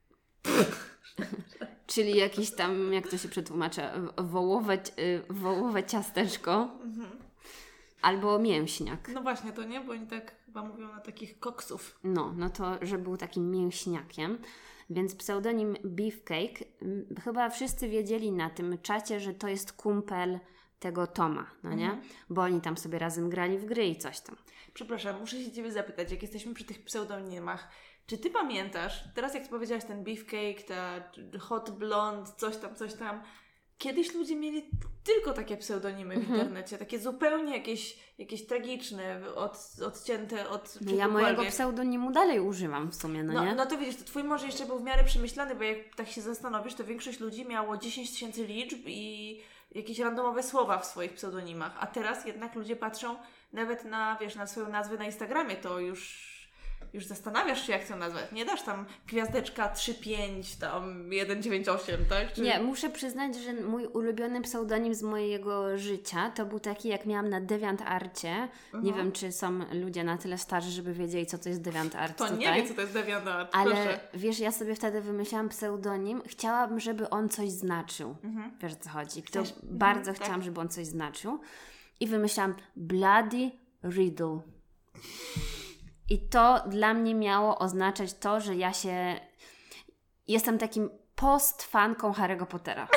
Czyli jakiś tam, jak to się przetłumacza, wołowe ciasteczko. Albo mięśniak. No właśnie, to nie, bo oni tak chyba mówią na takich koksów. No to, że był takim mięśniakiem. Więc pseudonim Beefcake, chyba wszyscy wiedzieli na tym czacie, że to jest kumpel tego Toma, no nie? Bo oni tam sobie razem grali w gry i coś tam. Przepraszam, muszę się Ciebie zapytać, jak jesteśmy przy tych pseudonimach, czy Ty pamiętasz, teraz jak Ty powiedziałaś ten Beefcake, ta Hot Blonde, coś tam, kiedyś ludzie mieli tylko takie pseudonimy w internecie, takie zupełnie jakieś tragiczne, odcięte od no ja mojego pseudonimu dalej używam w sumie, nie? No to widzisz, to twój może jeszcze był w miarę przemyślany, bo jak tak się zastanowisz, to większość ludzi miało 10 000 liczb i jakieś randomowe słowa w swoich pseudonimach, a teraz jednak ludzie patrzą nawet na, wiesz, na swoją nazwę na Instagramie, to już zastanawiasz się, jak ją nazwać. Nie dasz tam gwiazdeczka 35, tam 198, tak? Czy... Nie, muszę przyznać, że mój ulubiony pseudonim z mojego życia to był taki, jak miałam na DeviantArcie. Nie wiem, czy są ludzie na tyle starzy, żeby wiedzieli, co to jest DeviantArt. To nie wie, co to jest DeviantArt, ale proszę. Wiesz, ja sobie wtedy wymyślałam pseudonim. Chciałam, żeby on coś znaczył. Wiesz, o co chodzi. Bardzo chciałam, żeby on coś znaczył. I wymyślałam Bloody Riddle. I to dla mnie miało oznaczać to, że ja jestem takim post-fanką Harry'ego Pottera.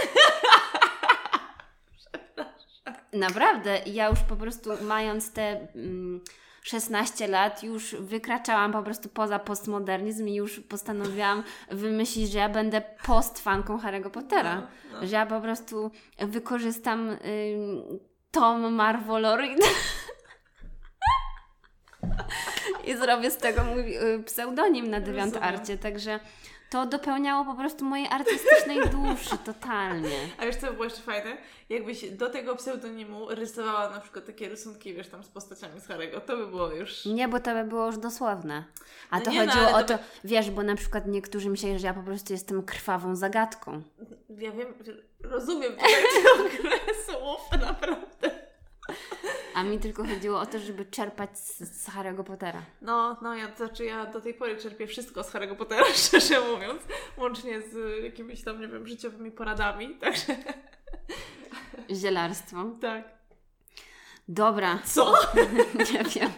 Naprawdę, ja już po prostu mając te 16 lat już wykraczałam po prostu poza postmodernizm i już postanowiłam wymyślić, że ja będę post-fanką Harry'ego Pottera. No. Że ja po prostu wykorzystam Tom Marvolory i zrobię z tego mój pseudonim na DeviantArcie, także to dopełniało po prostu mojej artystycznej duszy totalnie. A wiesz, co by było jeszcze fajne? Jakbyś do tego pseudonimu rysowała na przykład takie rysunki, wiesz, tam z postaciami z Harry'ego, to by było już... Nie, bo to by było już dosłowne. A to chodziło o to, wiesz, bo na przykład niektórzy myśleli, że ja po prostu jestem krwawą zagadką. Ja wiem, rozumiem tego słów, naprawdę. A mi tylko chodziło o to, żeby czerpać z Harry'ego Pottera. No, ja do tej pory czerpię wszystko z Harry'ego Pottera, szczerze mówiąc, łącznie z jakimiś tam, nie wiem, życiowymi poradami, także... Zielarstwo. Tak. Dobra. Co? Nie wiem.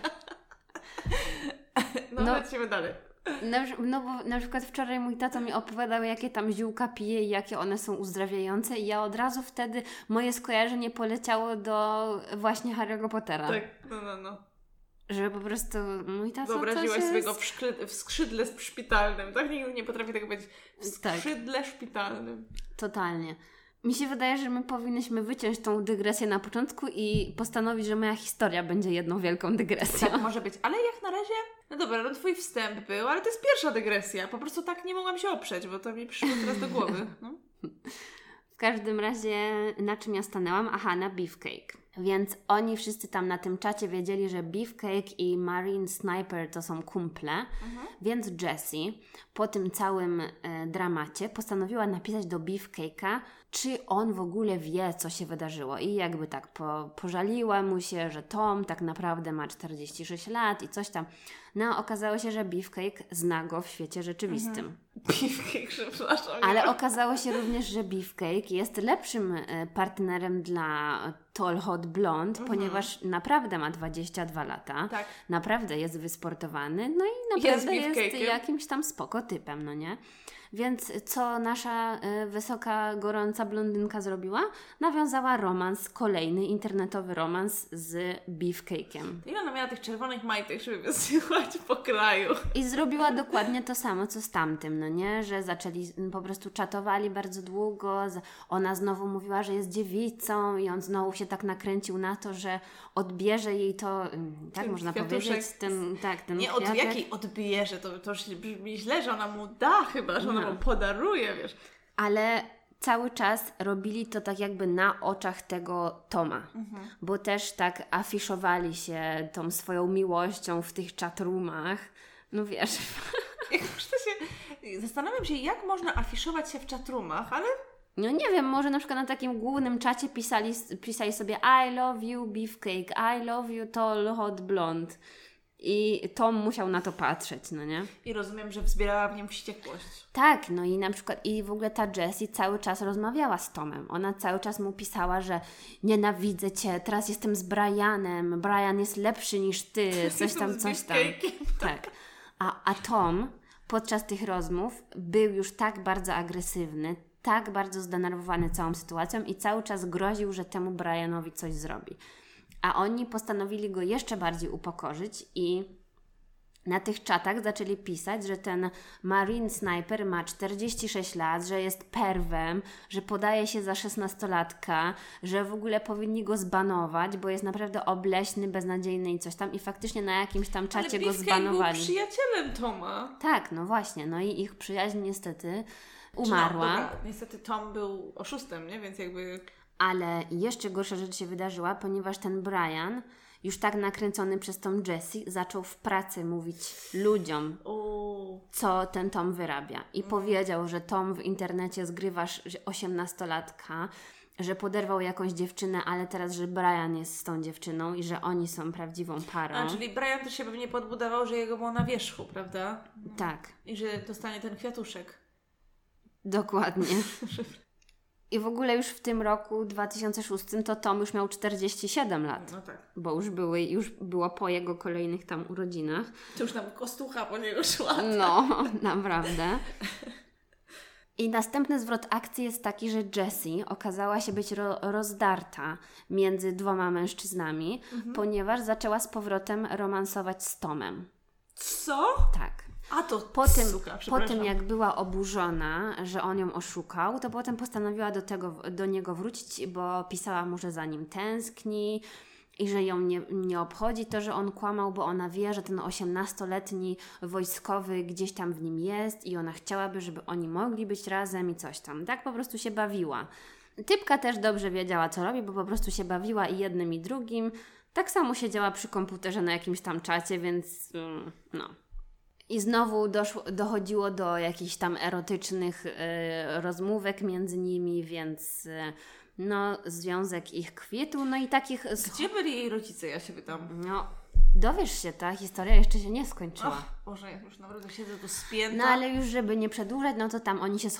No, lecimy dalej. No bo na przykład wczoraj mój tato mi opowiadał, jakie tam ziółka pije i jakie one są uzdrawiające i ja od razu wtedy moje skojarzenie poleciało do właśnie Harry'ego Pottera. Tak, no. Żeby po prostu mój tato wyobraziłaś sobie go w skrzydle szpitalnym, tak? Nigdy nie potrafię tego powiedzieć. W skrzydle szpitalnym. Totalnie. Mi się wydaje, że my powinnyśmy wyciąć tą dygresję na początku i postanowić, że moja historia będzie jedną wielką dygresją. Tak, może być. Ale jak na razie, no dobra, no twój wstęp był, ale to jest pierwsza dygresja. Po prostu tak nie mogłam się oprzeć, bo to mi przyszło teraz do głowy. No. W każdym razie, na czym ja stanęłam? Aha, na Beefcake. Więc oni wszyscy tam na tym czacie wiedzieli, że Beefcake i Marine Sniper to są kumple, więc Jessie po tym całym dramacie postanowiła napisać do Beefcake'a, czy on w ogóle wie, co się wydarzyło. I jakby tak pożaliła mu się, że Tom tak naprawdę ma 46 lat i coś tam. No, okazało się, że Beefcake zna go w świecie rzeczywistym. Beefcake, przepraszam. Ale okazało się również, że Beefcake jest lepszym partnerem dla Tall Hot Blonde, ponieważ naprawdę ma 22 lata. Tak. Naprawdę jest wysportowany, no i naprawdę jest jakimś tam spoko typem, no nie? Więc co nasza wysoka, gorąca blondynka zrobiła? Nawiązała romans, kolejny internetowy romans z Beefcake'iem. I ona miała tych czerwonych majtek, żeby wysyłać po kraju. I zrobiła dokładnie to samo, co z tamtym, no nie? Że zaczęli, po prostu czatowali bardzo długo, ona znowu mówiła, że jest dziewicą i on znowu się tak nakręcił na to, że odbierze jej to, tak ten można kwiatuszek. powiedzieć, ten nie, kwiatek. odbierze, to już brzmi źle, że ona mu da chyba, że ona mu podaruje, wiesz. Ale cały czas robili to tak jakby na oczach tego Toma, bo też tak afiszowali się tą swoją miłością w tych chatroomach, no wiesz. Zastanawiam się, jak można afiszować się w chatroomach, ale... No nie wiem, może na przykład na takim głównym czacie pisali sobie I love you Beefcake, I love you Tall Hot Blonde. I Tom musiał na to patrzeć, no nie? I rozumiem, że wzbierała w nim wściekłość. Tak, no i na przykład i w ogóle ta Jessie cały czas rozmawiała z Tomem. Ona cały czas mu pisała, że nienawidzę Cię, teraz jestem z Brianem, Brian jest lepszy niż Ty, coś tam. Tak. A Tom podczas tych rozmów był już tak bardzo agresywny, tak bardzo zdenerwowany całą sytuacją i cały czas groził, że temu Brianowi coś zrobi. A oni postanowili go jeszcze bardziej upokorzyć i Na tych czatach zaczęli pisać, że ten Marine Sniper ma 46 lat, że jest perwem, że podaje się za 16-latka, że w ogóle powinni go zbanować, bo jest naprawdę obleśny, beznadziejny i coś tam. I faktycznie na jakimś tam czacie go zbanowali. Był przyjacielem Toma. Tak, no właśnie. No i ich przyjaźń niestety umarła. No, dobra, niestety Tom był oszustem, nie? Więc jakby... Ale jeszcze gorsza rzecz się wydarzyła, ponieważ ten Brian, już tak nakręcony przez tą Jessie, zaczął w pracy mówić ludziom, co ten Tom wyrabia. I powiedział, że Tom w internecie zgrywasz 18-latka, że poderwał jakąś dziewczynę, ale teraz, że Brian jest z tą dziewczyną i że oni są prawdziwą parą. A, czyli Brian też się pewnie podbudował, że jego było na wierzchu, prawda? Tak. I że dostanie ten kwiatuszek. Dokładnie. I w ogóle już w tym roku 2006 to Tom już miał 47 lat. No tak. Bo już było po jego kolejnych tam urodzinach. To już nam kostucha po niego szła. No, naprawdę. I następny zwrot akcji jest taki, że Jessie okazała się być rozdarta między dwoma mężczyznami, ponieważ zaczęła z powrotem romansować z Tomem. Co? Tak. A to Po tym, jak była oburzona, że on ją oszukał, to potem postanowiła do niego wrócić, bo pisała mu, że za nim tęskni i że ją nie obchodzi to, że on kłamał, bo ona wie, że ten 18-letni wojskowy gdzieś tam w nim jest i ona chciałaby, żeby oni mogli być razem i coś tam. Tak po prostu się bawiła. Typka też dobrze wiedziała, co robi, bo po prostu się bawiła i jednym i drugim. Tak samo siedziała przy komputerze na jakimś tam czacie, więc no... I znowu dochodziło do jakichś tam erotycznych rozmówek między nimi, więc no związek ich kwitł, no i takich... Gdzie byli jej rodzice, ja się pytam? No, dowiesz się, ta historia jeszcze się nie skończyła. Boże, ja już naprawdę siedzę tu spięta. No ale już żeby nie przedłużać, no to tam oni się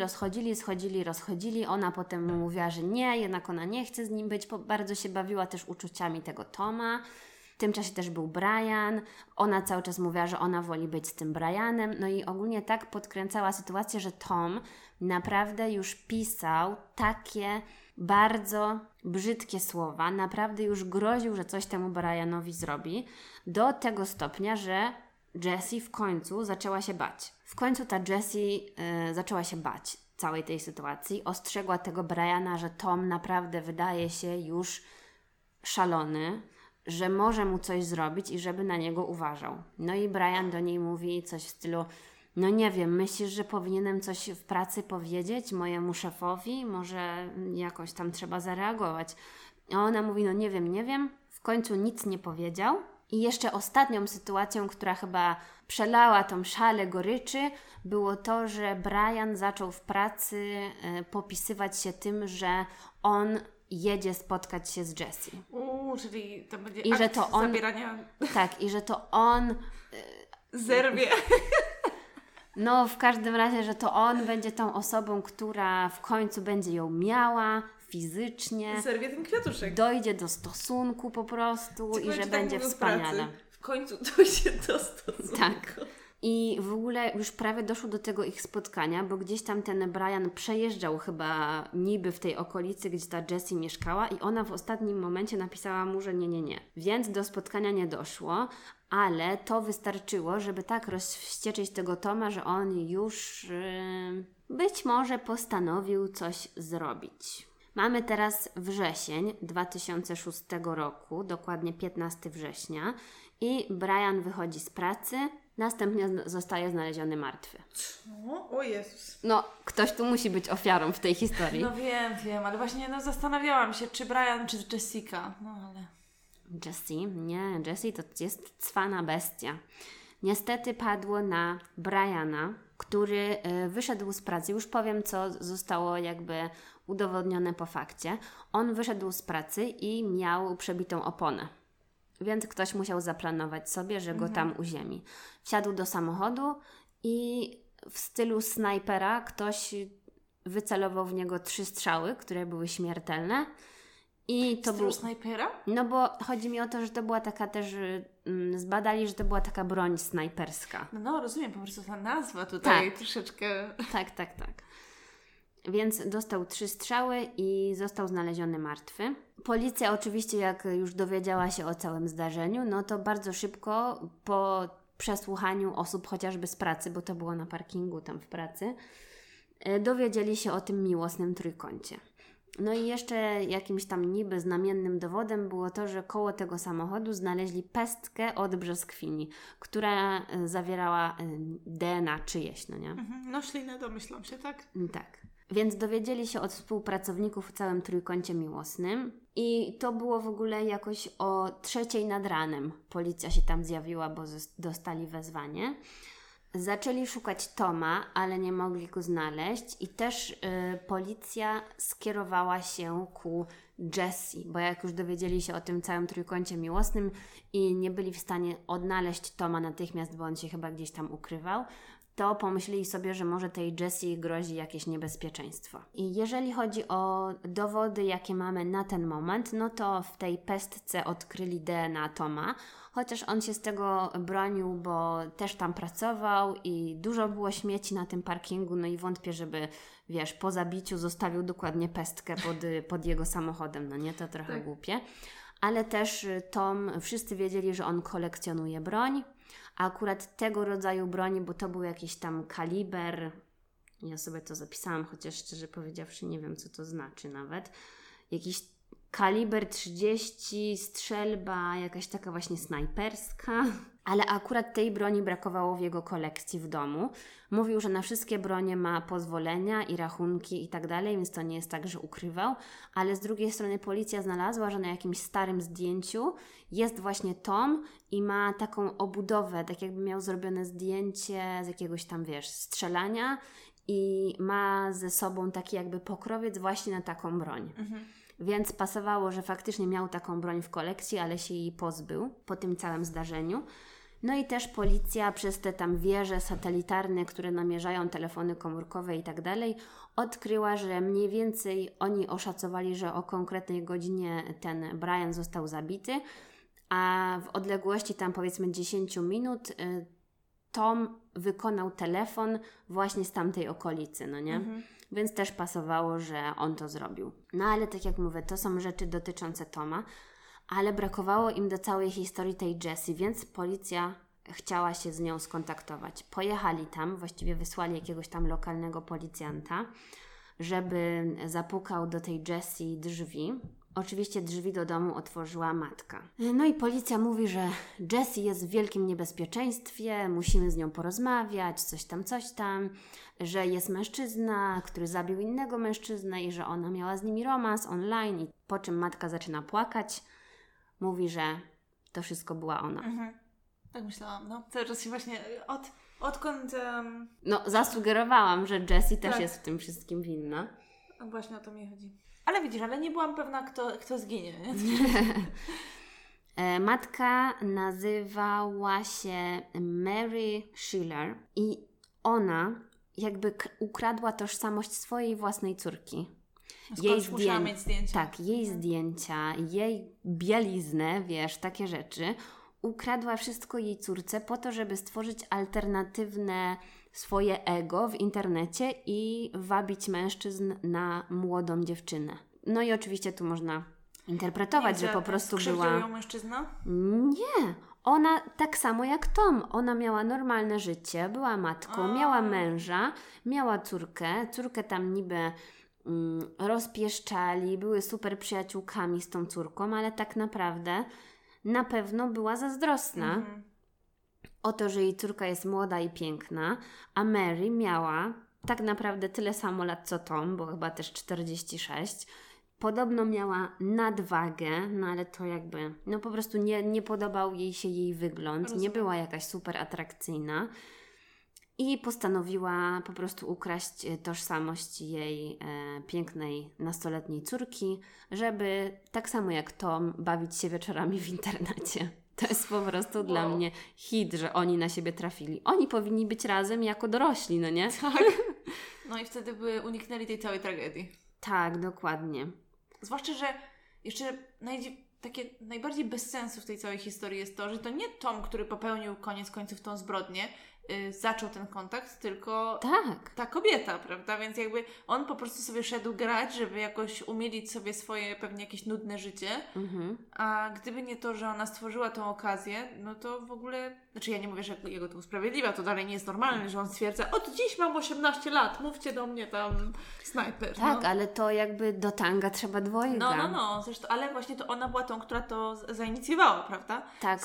rozchodzili, ona potem mu mówiła, że nie, jednak ona nie chce z nim być, bardzo się bawiła też uczuciami tego Toma. W tym czasie też był Brian, ona cały czas mówiła, że ona woli być z tym Brianem, no i ogólnie tak podkręcała sytuację, że Tom naprawdę już pisał takie bardzo brzydkie słowa, naprawdę już groził, że coś temu Brianowi zrobi, do tego stopnia, że Jessie w końcu zaczęła się bać. W końcu ta Jessie zaczęła się bać całej tej sytuacji, ostrzegła tego Briana, że Tom naprawdę wydaje się już szalony, że może mu coś zrobić i żeby na niego uważał. No i Brian do niej mówi coś w stylu, no nie wiem, myślisz, że powinienem coś w pracy powiedzieć mojemu szefowi? Może jakoś tam trzeba zareagować. A ona mówi, no nie wiem. W końcu nic nie powiedział. I jeszcze ostatnią sytuacją, która chyba przelała tą szalę goryczy, było to, że Brian zaczął w pracy popisywać się tym, że on jedzie spotkać się z Jessie. Czyli to będzie I akt że to on, zabierania... Tak, i że to on... Zerwie. No, w każdym razie, że to on będzie tą osobą, która w końcu będzie ją miała fizycznie. Zerwie ten kwiatuszek. Dojdzie do stosunku po prostu i że będzie wspaniale. W końcu dojdzie do stosunku. Tak. I w ogóle już prawie doszło do tego ich spotkania, bo gdzieś tam ten Brian przejeżdżał chyba niby w tej okolicy, gdzie ta Jessie mieszkała i ona w ostatnim momencie napisała mu, że nie. Więc do spotkania nie doszło, ale to wystarczyło, żeby tak rozwścieczyć tego Toma, że on już być może postanowił coś zrobić. Mamy teraz wrzesień 2006 roku, dokładnie 15 września i Brian wychodzi z pracy, następnie zostaje znaleziony martwy. Co? O Jezus. No, ktoś tu musi być ofiarą w tej historii. No wiem, ale właśnie zastanawiałam się, czy Brian, czy Jessica. No ale... Jessie to jest cwana bestia. Niestety padło na Briana, który wyszedł z pracy. Już powiem, co zostało jakby udowodnione po fakcie. On wyszedł z pracy i miał przebitą oponę. Więc ktoś musiał zaplanować sobie, że go tam uziemi. Wsiadł do samochodu i w stylu snajpera ktoś wycelował w niego 3 strzały, które były śmiertelne. I to był snajpera? No bo chodzi mi o to, że to była taka też, zbadali, że to była taka broń snajperska. No rozumiem, po prostu ta nazwa tutaj troszeczkę... Tak. Więc dostał 3 strzały i został znaleziony martwy. Policja oczywiście, jak już dowiedziała się o całym zdarzeniu, no to bardzo szybko po przesłuchaniu osób chociażby z pracy, bo to było na parkingu tam w pracy, dowiedzieli się o tym miłosnym trójkącie. No i jeszcze jakimś tam niby znamiennym dowodem było to, że koło tego samochodu znaleźli pestkę od brzoskwini, która zawierała DNA czyjeś, no nie? No ślinę domyślam się, tak? Tak. Więc dowiedzieli się od współpracowników o całym trójkącie miłosnym i to było w ogóle jakoś o 3:00 nad ranem. Policja się tam zjawiła, bo dostali wezwanie. Zaczęli szukać Toma, ale nie mogli go znaleźć i też policja skierowała się ku Jessie, bo jak już dowiedzieli się o tym całym trójkącie miłosnym i nie byli w stanie odnaleźć Toma natychmiast, bo on się chyba gdzieś tam ukrywał, to pomyśleli sobie, że może tej Jessie grozi jakieś niebezpieczeństwo. I jeżeli chodzi o dowody, jakie mamy na ten moment, no to w tej pestce odkryli DNA Toma, chociaż on się z tego bronił, bo też tam pracował i dużo było śmieci na tym parkingu, no i wątpię, żeby, wiesz, po zabiciu zostawił dokładnie pestkę pod jego samochodem, no nie? To trochę głupie. Ale też Tom, wszyscy wiedzieli, że on kolekcjonuje broń, a akurat tego rodzaju broni, bo to był jakiś tam kaliber, ja sobie to zapisałam, chociaż szczerze powiedziawszy nie wiem, co to znaczy nawet, jakiś kaliber 30, strzelba jakaś taka właśnie snajperska, ale akurat tej broni brakowało w jego kolekcji w domu. Mówił, że na wszystkie bronie ma pozwolenia i rachunki i tak dalej, więc to nie jest tak, że ukrywał, ale z drugiej strony policja znalazła, że na jakimś starym zdjęciu jest właśnie Tom i ma taką obudowę, tak jakby miał zrobione zdjęcie z jakiegoś tam, wiesz, strzelania i ma ze sobą taki jakby pokrowiec właśnie na taką broń. Więc pasowało, że faktycznie miał taką broń w kolekcji, ale się jej pozbył po tym całym zdarzeniu. No i też policja przez te tam wieże satelitarne, które namierzają telefony komórkowe i tak dalej, odkryła, że mniej więcej oni oszacowali, że o konkretnej godzinie ten Brian został zabity, a w odległości tam powiedzmy 10 minut Tom wykonał telefon właśnie z tamtej okolicy, no nie? Więc też pasowało, że on to zrobił. No ale tak jak mówię, to są rzeczy dotyczące Toma, ale brakowało im do całej historii tej Jessie, więc policja chciała się z nią skontaktować. Pojechali tam, właściwie wysłali jakiegoś tam lokalnego policjanta, żeby zapukał do tej Jessie drzwi. Oczywiście drzwi do domu otworzyła matka. No i policja mówi, że Jessie jest w wielkim niebezpieczeństwie, musimy z nią porozmawiać, coś tam, że jest mężczyzna, który zabił innego mężczyznę i że ona miała z nimi romans online, i po czym matka zaczyna płakać. Mówi, że to wszystko była ona. Tak myślałam, no. Cały czas się właśnie odkąd... No, zasugerowałam, że Jessie też jest w tym wszystkim winna. Właśnie o to mi chodzi. Ale widzisz, ale nie byłam pewna, kto zginie. Nie? Matka nazywała się Mary Schiller i ona jakby ukradła tożsamość swojej własnej córki. Musiała mieć zdjęcia. Tak, jej zdjęcia, jej bieliznę, wiesz, takie rzeczy. Ukradła wszystko jej córce po to, żeby stworzyć alternatywne swoje ego w internecie i wabić mężczyzn na młodą dziewczynę. No i oczywiście tu można interpretować, że po prostu była... ją mężczyzna? Nie, ona tak samo jak Tom. Ona miała normalne życie, była matką, miała męża, miała córkę. Córkę tam niby rozpieszczali, były super przyjaciółkami z tą córką, ale tak naprawdę na pewno była zazdrosna o to, że jej córka jest młoda i piękna, a Mary miała tak naprawdę tyle samo lat co Tom, bo chyba też 46. Podobno miała nadwagę, no ale to jakby, no po prostu nie podobał jej się jej wygląd, Rozumiem. Nie była jakaś super atrakcyjna i postanowiła po prostu ukraść tożsamość jej pięknej nastoletniej córki, żeby tak samo jak Tom bawić się wieczorami w internecie. To jest po prostu dla mnie hit, że oni na siebie trafili. Oni powinni być razem jako dorośli, no nie? Tak. No i wtedy by uniknęli tej całej tragedii. Tak, dokładnie. Zwłaszcza, że jeszcze takie najbardziej bez sensu w tej całej historii jest to, że to nie Tom, który popełnił koniec końców tą zbrodnię, zaczął ten kontakt, tylko tak. ta kobieta, prawda? Więc jakby on po prostu sobie szedł grać, żeby jakoś umilić sobie swoje pewnie jakieś nudne życie, a gdyby nie to, że ona stworzyła tą okazję, no to w ogóle, znaczy ja nie mówię, że jego to usprawiedliwia, to dalej nie jest normalne, że on stwierdza, od dziś mam 18 lat, mówcie do mnie tam snajper. Tak, ale to jakby do tanga trzeba dwojga. No, zresztą, ale właśnie to ona była tą, która to zainicjowała, prawda? Tak,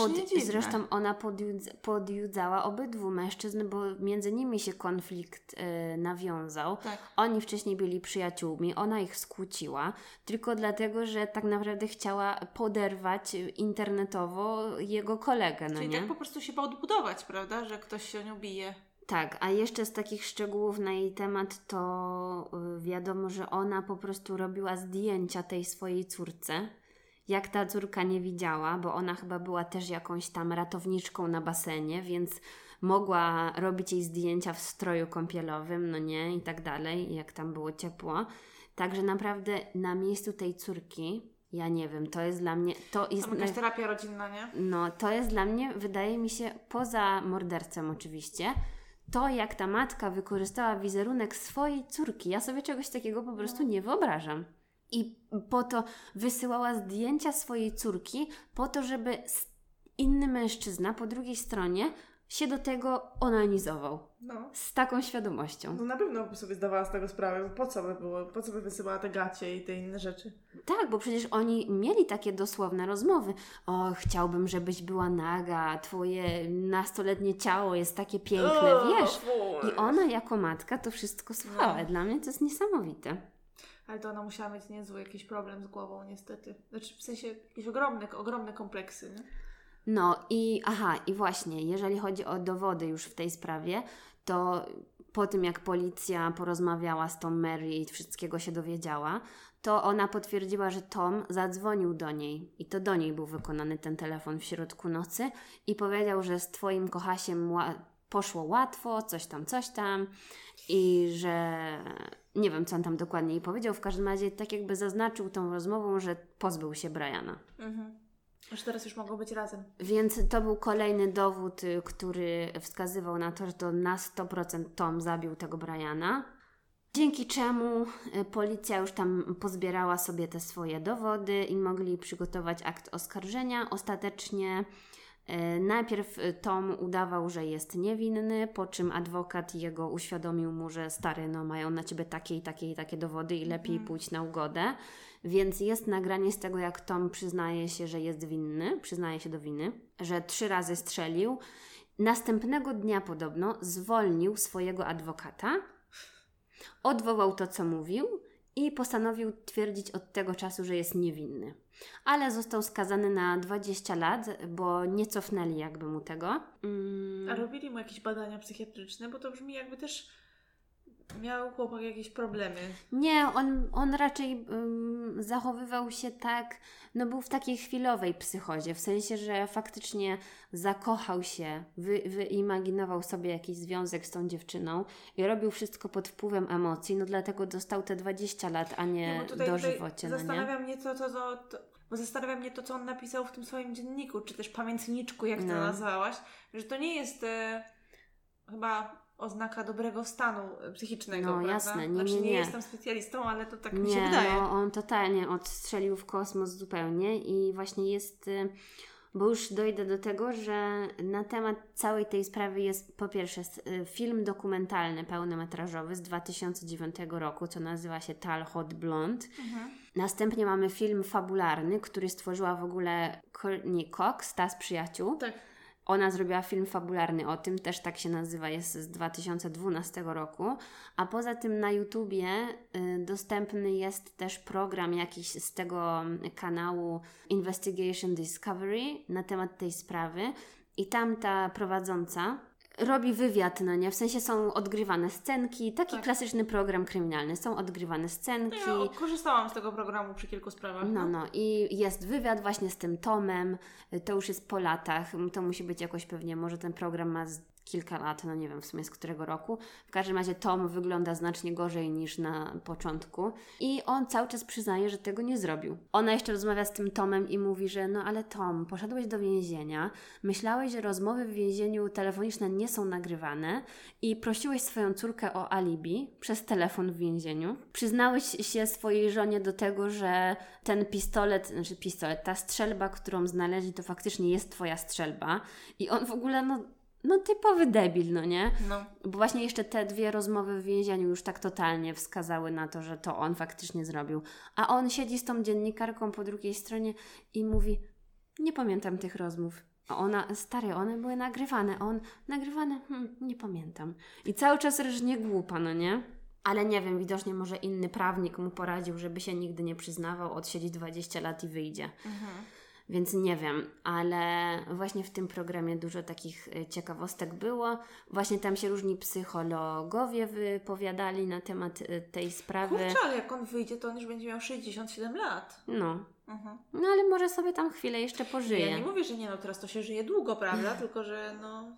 zresztą ona podjudzała obydwu mężczyzn, bo między nimi się konflikt nawiązał. Tak. Oni wcześniej byli przyjaciółmi, ona ich skłóciła, tylko dlatego, że tak naprawdę chciała poderwać internetowo jego kolegę, Czyli nie? tak po prostu się odbudować, prawda? Że ktoś się o nią bije. Tak, a jeszcze z takich szczegółów na jej temat to wiadomo, że ona po prostu robiła zdjęcia tej swojej córce. Jak ta córka nie widziała, bo ona chyba była też jakąś tam ratowniczką na basenie, więc mogła robić jej zdjęcia w stroju kąpielowym, no nie, i tak dalej, jak tam było ciepło. Także naprawdę na miejscu tej córki, ja nie wiem, to jest dla mnie... To jest jakaś terapia rodzinna, nie? No, to jest dla mnie, wydaje mi się, poza mordercą oczywiście, to jak ta matka wykorzystała wizerunek swojej córki. Ja sobie czegoś takiego po prostu nie wyobrażam. I po to wysyłała zdjęcia swojej córki, po to, żeby inny mężczyzna po drugiej stronie się do tego onanizował. No. Z taką świadomością. No na pewno by sobie zdawała z tego sprawę, po co by wysyłała te gacie i te inne rzeczy. Tak, bo przecież oni mieli takie dosłowne rozmowy. O, chciałbym, żebyś była naga, twoje nastoletnie ciało jest takie piękne, wiesz. I ona jako matka to wszystko słuchała. Dla mnie to jest niesamowite. Ale to ona musiała mieć niezły jakiś problem z głową niestety. Znaczy w sensie jakieś ogromne kompleksy, nie? No i właśnie, jeżeli chodzi o dowody już w tej sprawie, to po tym jak policja porozmawiała z tą Mary i wszystkiego się dowiedziała, to ona potwierdziła, że Tom zadzwonił do niej i to do niej był wykonany ten telefon w środku nocy i powiedział, że z twoim kochasiem poszło łatwo, coś tam i że nie wiem, co on tam dokładnie jej powiedział, w każdym razie tak jakby zaznaczył tą rozmową, że pozbył się Briana. Że teraz już mogą być razem. Więc to był kolejny dowód, który wskazywał na to, że to na 100% Tom zabił tego Briana. Dzięki czemu policja już tam pozbierała sobie te swoje dowody i mogli przygotować akt oskarżenia. Ostatecznie najpierw Tom udawał, że jest niewinny, po czym adwokat jego uświadomił mu, że stary, no mają na ciebie takie i takie dowody i lepiej pójść na ugodę. Więc jest nagranie z tego, jak Tom przyznaje się, że jest winny, przyznaje się do winy, że 3 razy strzelił. Następnego dnia podobno zwolnił swojego adwokata, odwołał to, co mówił i postanowił twierdzić od tego czasu, że jest niewinny. Ale został skazany na 20 lat, bo nie cofnęli jakby mu tego. A robili mu jakieś badania psychiatryczne? Bo to brzmi jakby też miał chłopak jakieś problemy. Nie, on raczej zachowywał się tak, no był w takiej chwilowej psychozie, w sensie, że faktycznie zakochał się, wyimaginował sobie jakiś związek z tą dziewczyną i robił wszystko pod wpływem emocji, no dlatego dostał te 20 lat, a nie dożywocie. Zastanawia mnie bo zastanawia mnie to, co on napisał w tym swoim dzienniku, czy też pamiętniczku, jak to nazwałaś, że to nie jest chyba oznaka dobrego stanu psychicznego, prawda? Jasne, nie jestem specjalistą, ale to tak mi się wydaje. No on totalnie odstrzelił w kosmos zupełnie i właśnie jest, bo już dojdę do tego, że na temat całej tej sprawy jest po pierwsze film dokumentalny, pełnometrażowy z 2009 roku, co nazywa się Tall Hot Blonde. Następnie mamy film fabularny, który stworzyła w ogóle Courtney Cox, ta z Przyjaciół. Tak. Ona zrobiła film fabularny o tym, też tak się nazywa, jest z 2012 roku. A poza tym na YouTubie dostępny jest też program jakiś z tego kanału Investigation Discovery na temat tej sprawy. I tam ta prowadząca robi wywiad, no nie? W sensie są odgrywane scenki, taki klasyczny program kryminalny. Są odgrywane scenki. Ja korzystałam z tego programu przy kilku sprawach. No i jest wywiad właśnie z tym Tomem. To już jest po latach. To musi być jakoś pewnie, może ten program ma z kilka lat, no nie wiem w sumie z którego roku. W każdym razie Tom wygląda znacznie gorzej niż na początku i on cały czas przyznaje, że tego nie zrobił. Ona jeszcze rozmawia z tym Tomem i mówi, że no ale Tom, poszedłeś do więzienia, myślałeś, że rozmowy w więzieniu telefoniczne nie są nagrywane i prosiłeś swoją córkę o alibi przez telefon w więzieniu. Przyznałeś się swojej żonie do tego, że ten pistolet, ta strzelba, którą znaleźli, to faktycznie jest twoja strzelba i on w ogóle no typowy debil, no nie? No. Bo właśnie jeszcze te 2 rozmowy w więzieniu już tak totalnie wskazały na to, że to on faktycznie zrobił. A on siedzi z tą dziennikarką po drugiej stronie i mówi, nie pamiętam tych rozmów. A ona, stary, one były nagrywane. A on, nagrywane? Nie pamiętam. I cały czas rżnie głupa, no nie? Ale nie wiem, widocznie może inny prawnik mu poradził, żeby się nigdy nie przyznawał, odsiedzi 20 lat i wyjdzie. Więc nie wiem, ale właśnie w tym programie dużo takich ciekawostek było. Właśnie tam się różni psychologowie wypowiadali na temat tej sprawy. Kurczę, ale jak on wyjdzie, to on już będzie miał 67 lat. No. No ale może sobie tam chwilę jeszcze pożyje. Ja nie mówię, że nie, no teraz to się żyje długo, prawda? Tylko, że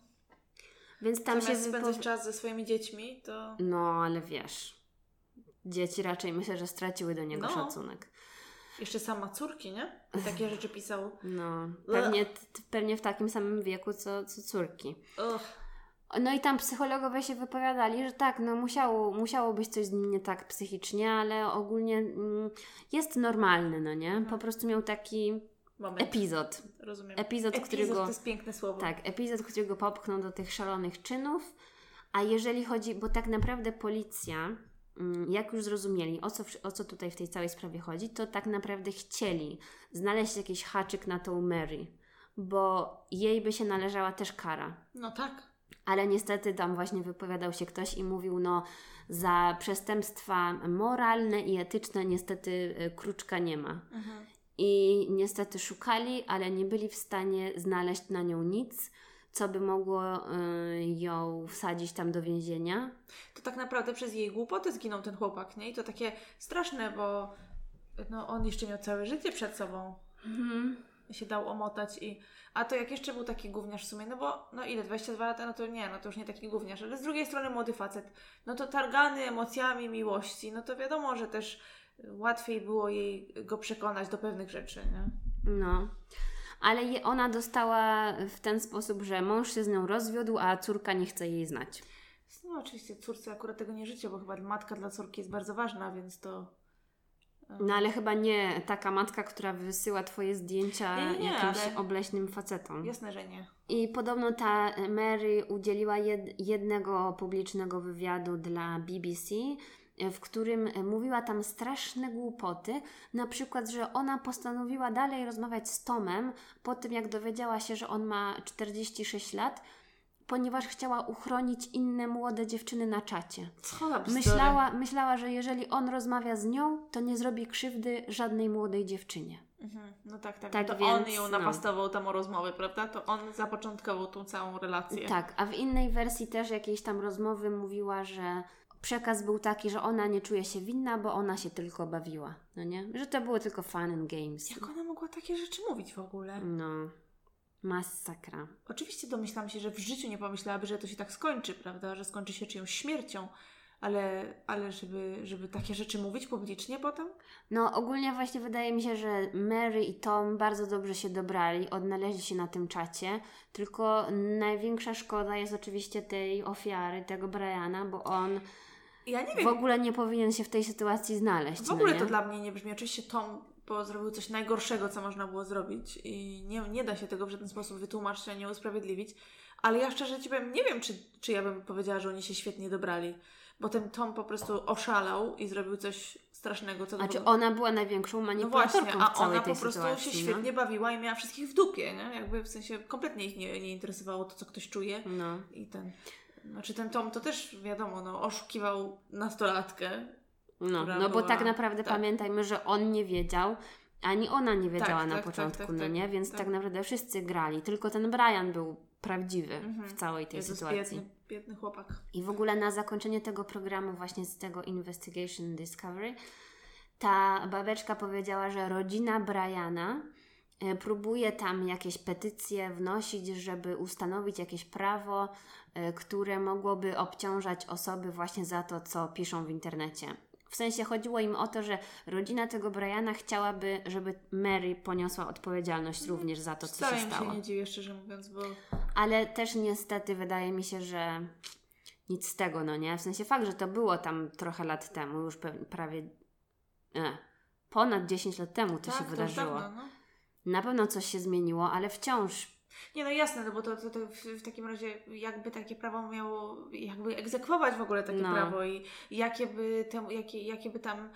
Więc tam zamiast spędzać czas ze swoimi dziećmi, to... No, ale wiesz, dzieci raczej myślę, że straciły do niego szacunek. Jeszcze sam ma córki, nie? I takie rzeczy pisał. No, pewnie w takim samym wieku, co córki. Ugh. No i tam psychologowie się wypowiadali, że tak, no musiało być coś z nim nie tak psychicznie, ale ogólnie jest normalny, no nie? Po prostu miał taki epizod. Rozumiem. Epizod, którego... to jest piękne słowo. Tak, epizod, którego popchnął do tych szalonych czynów, a jeżeli chodzi, bo tak naprawdę policja, jak już zrozumieli, o co tutaj w tej całej sprawie chodzi, to tak naprawdę chcieli znaleźć jakiś haczyk na tą Mary, bo jej by się należała też kara. No tak. Ale niestety tam właśnie wypowiadał się ktoś i mówił, za przestępstwa moralne i etyczne niestety kruczka nie ma. I niestety szukali, ale nie byli w stanie znaleźć na nią nic, co by mogło ją wsadzić tam do więzienia. To tak naprawdę przez jej głupotę zginął ten chłopak, nie? I to takie straszne, bo on jeszcze miał całe życie przed sobą. Się dał omotać a to jak jeszcze był taki gówniarz w sumie, bo 22 lata, to nie, to już nie taki gówniarz, ale z drugiej strony młody facet, to targany emocjami miłości, to wiadomo, że też łatwiej było jej go przekonać do pewnych rzeczy, nie? No, ale ona dostała w ten sposób, że mąż się z nią rozwiódł, a córka nie chce jej znać. No oczywiście córce akurat tego nie życzę, bo chyba matka dla córki jest bardzo ważna, więc to... No ale chyba nie taka matka, która wysyła twoje zdjęcia jakimś obleśnym facetom. Jasne, że nie. I podobno ta Mary udzieliła jednego publicznego wywiadu dla BBC, w którym mówiła tam straszne głupoty. Na przykład, że ona postanowiła dalej rozmawiać z Tomem po tym, jak dowiedziała się, że on ma 46 lat, ponieważ chciała uchronić inne młode dziewczyny na czacie. Myślała, że jeżeli on rozmawia z nią, to nie zrobi krzywdy żadnej młodej dziewczynie. No tak. To więc, on ją napastował tam o rozmowę, prawda? To on zapoczątkował tą całą relację. Tak, a w innej wersji też jakiejś tam rozmowy mówiła, że przekaz był taki, że ona nie czuje się winna, bo ona się tylko bawiła, no nie? Że to były tylko fun and games. Jak ona mogła takie rzeczy mówić w ogóle? No... Masakra. Oczywiście domyślam się, że w życiu nie pomyślałaby, że to się tak skończy, prawda? Że skończy się czyjąś śmiercią, ale żeby takie rzeczy mówić publicznie potem? No ogólnie właśnie wydaje mi się, że Mary i Tom bardzo dobrze się dobrali, odnaleźli się na tym czacie, tylko największa szkoda jest oczywiście tej ofiary, tego Briana, bo on w ogóle nie powinien się w tej sytuacji znaleźć. W ogóle to dla mnie nie brzmi. Oczywiście Tom zrobił coś najgorszego, co można było zrobić i nie da się tego w żaden sposób wytłumaczyć, ani usprawiedliwić, ale ja szczerze Ci powiem, nie wiem, czy ja bym powiedziała, że oni się świetnie dobrali, bo ten Tom po prostu oszalał i zrobił coś strasznego. Ona była największą manipulatorką w całej tej sytuacji. A ona po prostu się świetnie bawiła i miała wszystkich w dupie, nie? Jakby w sensie kompletnie ich nie interesowało to, co ktoś czuje. I ten Tom to też wiadomo, oszukiwał nastolatkę. Bo tak naprawdę pamiętajmy, że on nie wiedział, ani ona nie wiedziała na początku, nie? Więc tak naprawdę wszyscy grali, tylko ten Brian był prawdziwy w całej tej sytuacji. Biedny chłopak. I w ogóle na zakończenie tego programu, właśnie z tego Investigation Discovery, ta babeczka powiedziała, że rodzina Briana próbuje tam jakieś petycje wnosić, żeby ustanowić jakieś prawo, które mogłoby obciążać osoby właśnie za to, co piszą w internecie. W sensie chodziło im o to, że rodzina tego Briana chciałaby, żeby Mary poniosła odpowiedzialność również za to, co się stało. Wcale mi się nie dziwię, szczerze mówiąc, bo... Ale też niestety wydaje mi się, że nic z tego, no nie? W sensie fakt, że to było tam trochę lat temu, już prawie ponad 10 lat temu to się wydarzyło. To już dawno, no. Na pewno coś się zmieniło, ale wciąż... Nie, no jasne, no bo to w takim razie jakby takie prawo miało jakby egzekwować w ogóle takie prawo i jakie by tam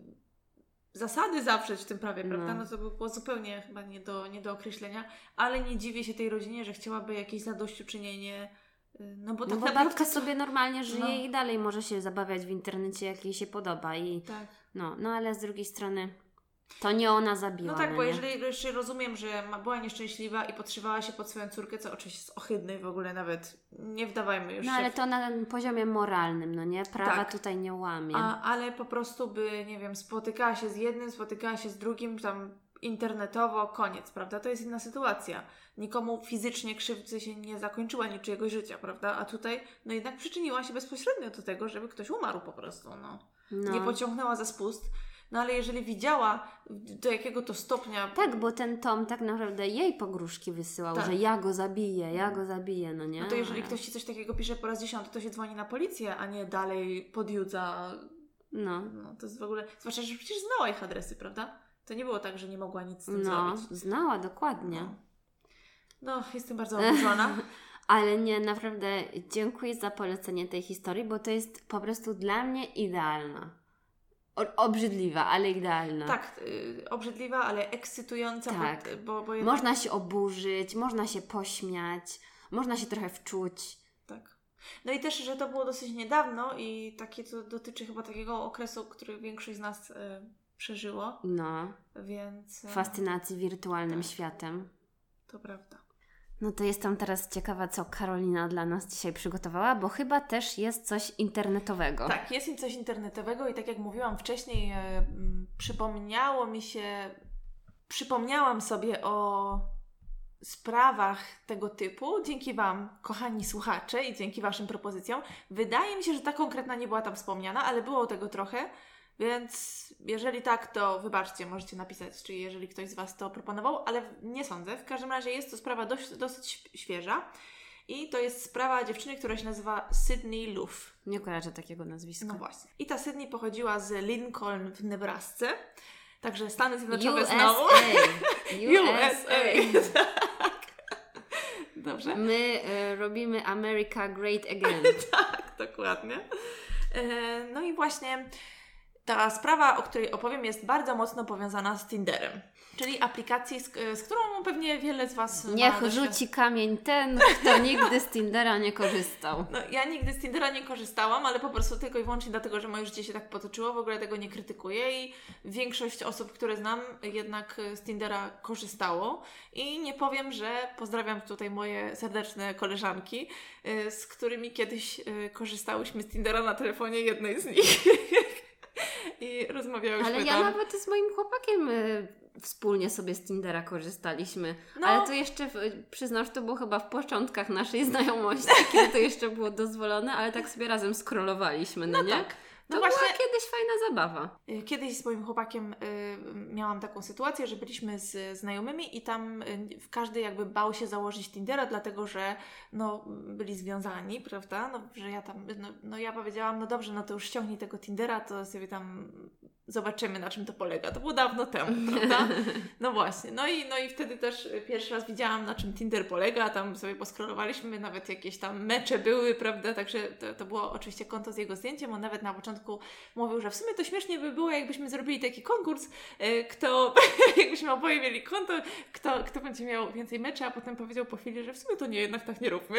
zasady zawrzeć w tym prawie, prawda? No to by było zupełnie chyba nie do określenia, ale nie dziwię się tej rodzinie, że chciałaby jakieś zadośćuczynienie, no bo babka sobie normalnie żyje i dalej może się zabawiać w internecie, jak jej się podoba i no ale z drugiej strony to nie ona zabiła. No tak, bo jeżeli jeszcze rozumiem, że była nieszczęśliwa i podszywała się pod swoją córkę, co oczywiście jest ohydne i w ogóle nawet nie wdawajmy już się. No ale to na poziomie moralnym, no nie? Prawa tutaj nie łamie. Ale po prostu by, nie wiem, spotykała się z jednym, spotykała się z drugim, tam internetowo, koniec, prawda? To jest inna sytuacja. Nikomu fizycznie krzywdy się nie zakończyła niczyjegoś życia, prawda? A tutaj, no jednak przyczyniła się bezpośrednio do tego, żeby ktoś umarł po prostu, Nie pociągnęła za spust. No ale jeżeli widziała, do jakiego to stopnia... Tak, bo ten Tom tak naprawdę jej pogróżki wysyłał, że ja go zabiję, no nie? No to jeżeli ktoś Ci coś takiego pisze po raz 10, to się dzwoni na policję, a nie dalej podjudza. No to jest w ogóle... Zwłaszcza, że przecież znała ich adresy, prawda? To nie było tak, że nie mogła nic z tym zrobić. Znała, dokładnie. No, jestem bardzo oburzona. Ale nie, naprawdę dziękuję za polecenie tej historii, bo to jest po prostu dla mnie idealna. Obrzydliwa, ale idealna. Tak, obrzydliwa, ale ekscytująca. Tak. Bo jednak... Można się oburzyć, można się pośmiać, można się trochę wczuć. Tak. No i też, że to było dosyć niedawno i takie to dotyczy chyba takiego okresu, który większość z nas przeżyło. No. Więc... Fascynacji wirtualnym światem. To prawda. No to jestem teraz ciekawa, co Karolina dla nas dzisiaj przygotowała, bo chyba też jest coś internetowego. Tak, jest coś internetowego i tak jak mówiłam wcześniej, przypomniałam sobie o sprawach tego typu dzięki Wam, kochani słuchacze, i dzięki Waszym propozycjom. Wydaje mi się, że ta konkretna nie była tam wspomniana, ale było tego trochę. Więc jeżeli tak, to wybaczcie, możecie napisać, czy jeżeli ktoś z Was to proponował, ale nie sądzę. W każdym razie jest to sprawa dosyć świeża i to jest sprawa dziewczyny, która się nazywa Sydney Loof. Nie kojarzę takiego nazwiska. No właśnie. I ta Sydney pochodziła z Lincoln w Nebrasce, także Stany Zjednoczone USA. znowu. USA. Tak. Dobrze. My robimy America Great Again. Tak, dokładnie. No i właśnie... Ta sprawa, o której opowiem, jest bardzo mocno powiązana z Tinderem, czyli aplikacji, z którą pewnie wiele z Was Niech rzuci kamień ten, kto nigdy z Tindera nie korzystał. No, ja nigdy z Tindera nie korzystałam, ale po prostu tylko i wyłącznie dlatego, że moje życie się tak potoczyło, w ogóle tego nie krytykuję i większość osób, które znam, jednak z Tindera korzystało i nie powiem, że pozdrawiam tutaj moje serdeczne koleżanki, z którymi kiedyś korzystałyśmy z Tindera na telefonie jednej z nich. I rozmawiałyśmy Ale ja nawet z moim chłopakiem wspólnie sobie z Tindera korzystaliśmy. No. Ale to jeszcze, przyznam, że to było chyba w początkach naszej znajomości, kiedy to jeszcze było dozwolone, ale tak sobie razem scrollowaliśmy, no nie? Tak. To była kiedyś fajna zabawa. Kiedyś z moim chłopakiem miałam taką sytuację, że byliśmy z znajomymi i tam każdy jakby bał się założyć Tindera, dlatego że byli związani, prawda? No, że ja tam, ja powiedziałam, no dobrze, no to już ściągnij tego Tindera, to sobie tam zobaczymy, na czym to polega. To było dawno temu, prawda? No właśnie. No i wtedy też pierwszy raz widziałam, na czym Tinder polega. Tam sobie poskrolowaliśmy, nawet jakieś tam mecze były, prawda? Także to było oczywiście konto z jego zdjęciem. On nawet na początku mówił, że w sumie to śmiesznie by było, jakbyśmy zrobili taki konkurs, jakbyśmy oboje mieli konto, kto będzie miał więcej meczy, a potem powiedział po chwili, że w sumie to nie, jednak tak nie róbmy.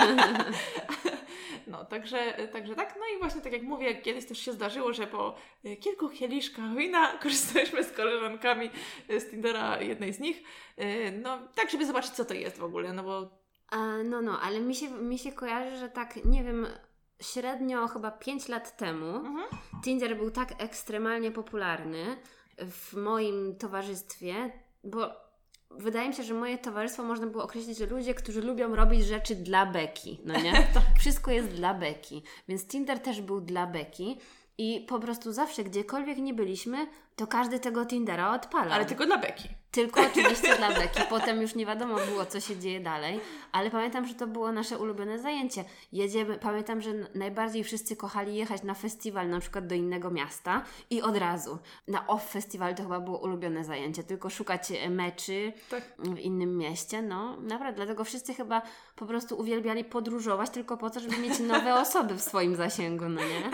No, także tak. No i właśnie tak jak mówię, kiedyś też się zdarzyło, że po kilku kieliszkach wina korzystaliśmy z koleżankami z Tindera, jednej z nich, tak żeby zobaczyć, co to jest w ogóle, no bo... ale mi się kojarzy, że tak, nie wiem, średnio chyba 5 lat temu Tinder był tak ekstremalnie popularny w moim towarzystwie, bo wydaje mi się, że moje towarzystwo można było określić, że ludzie, którzy lubią robić rzeczy dla beki, no nie? Wszystko jest dla beki. Więc Tinder też był dla beki i po prostu zawsze, gdziekolwiek nie byliśmy, to każdy tego Tindera odpalał. Ale tylko dla beki. Tylko oczywiście dla beki. Potem już nie wiadomo było, co się dzieje dalej. Ale pamiętam, że to było nasze ulubione zajęcie. Pamiętam, że najbardziej wszyscy kochali jechać na festiwal, na przykład do innego miasta i od razu. Na off festiwal to chyba było ulubione zajęcie. Tylko szukać meczy w innym mieście. No naprawdę, dlatego wszyscy chyba po prostu uwielbiali podróżować tylko po to, żeby mieć nowe osoby w swoim zasięgu, no nie?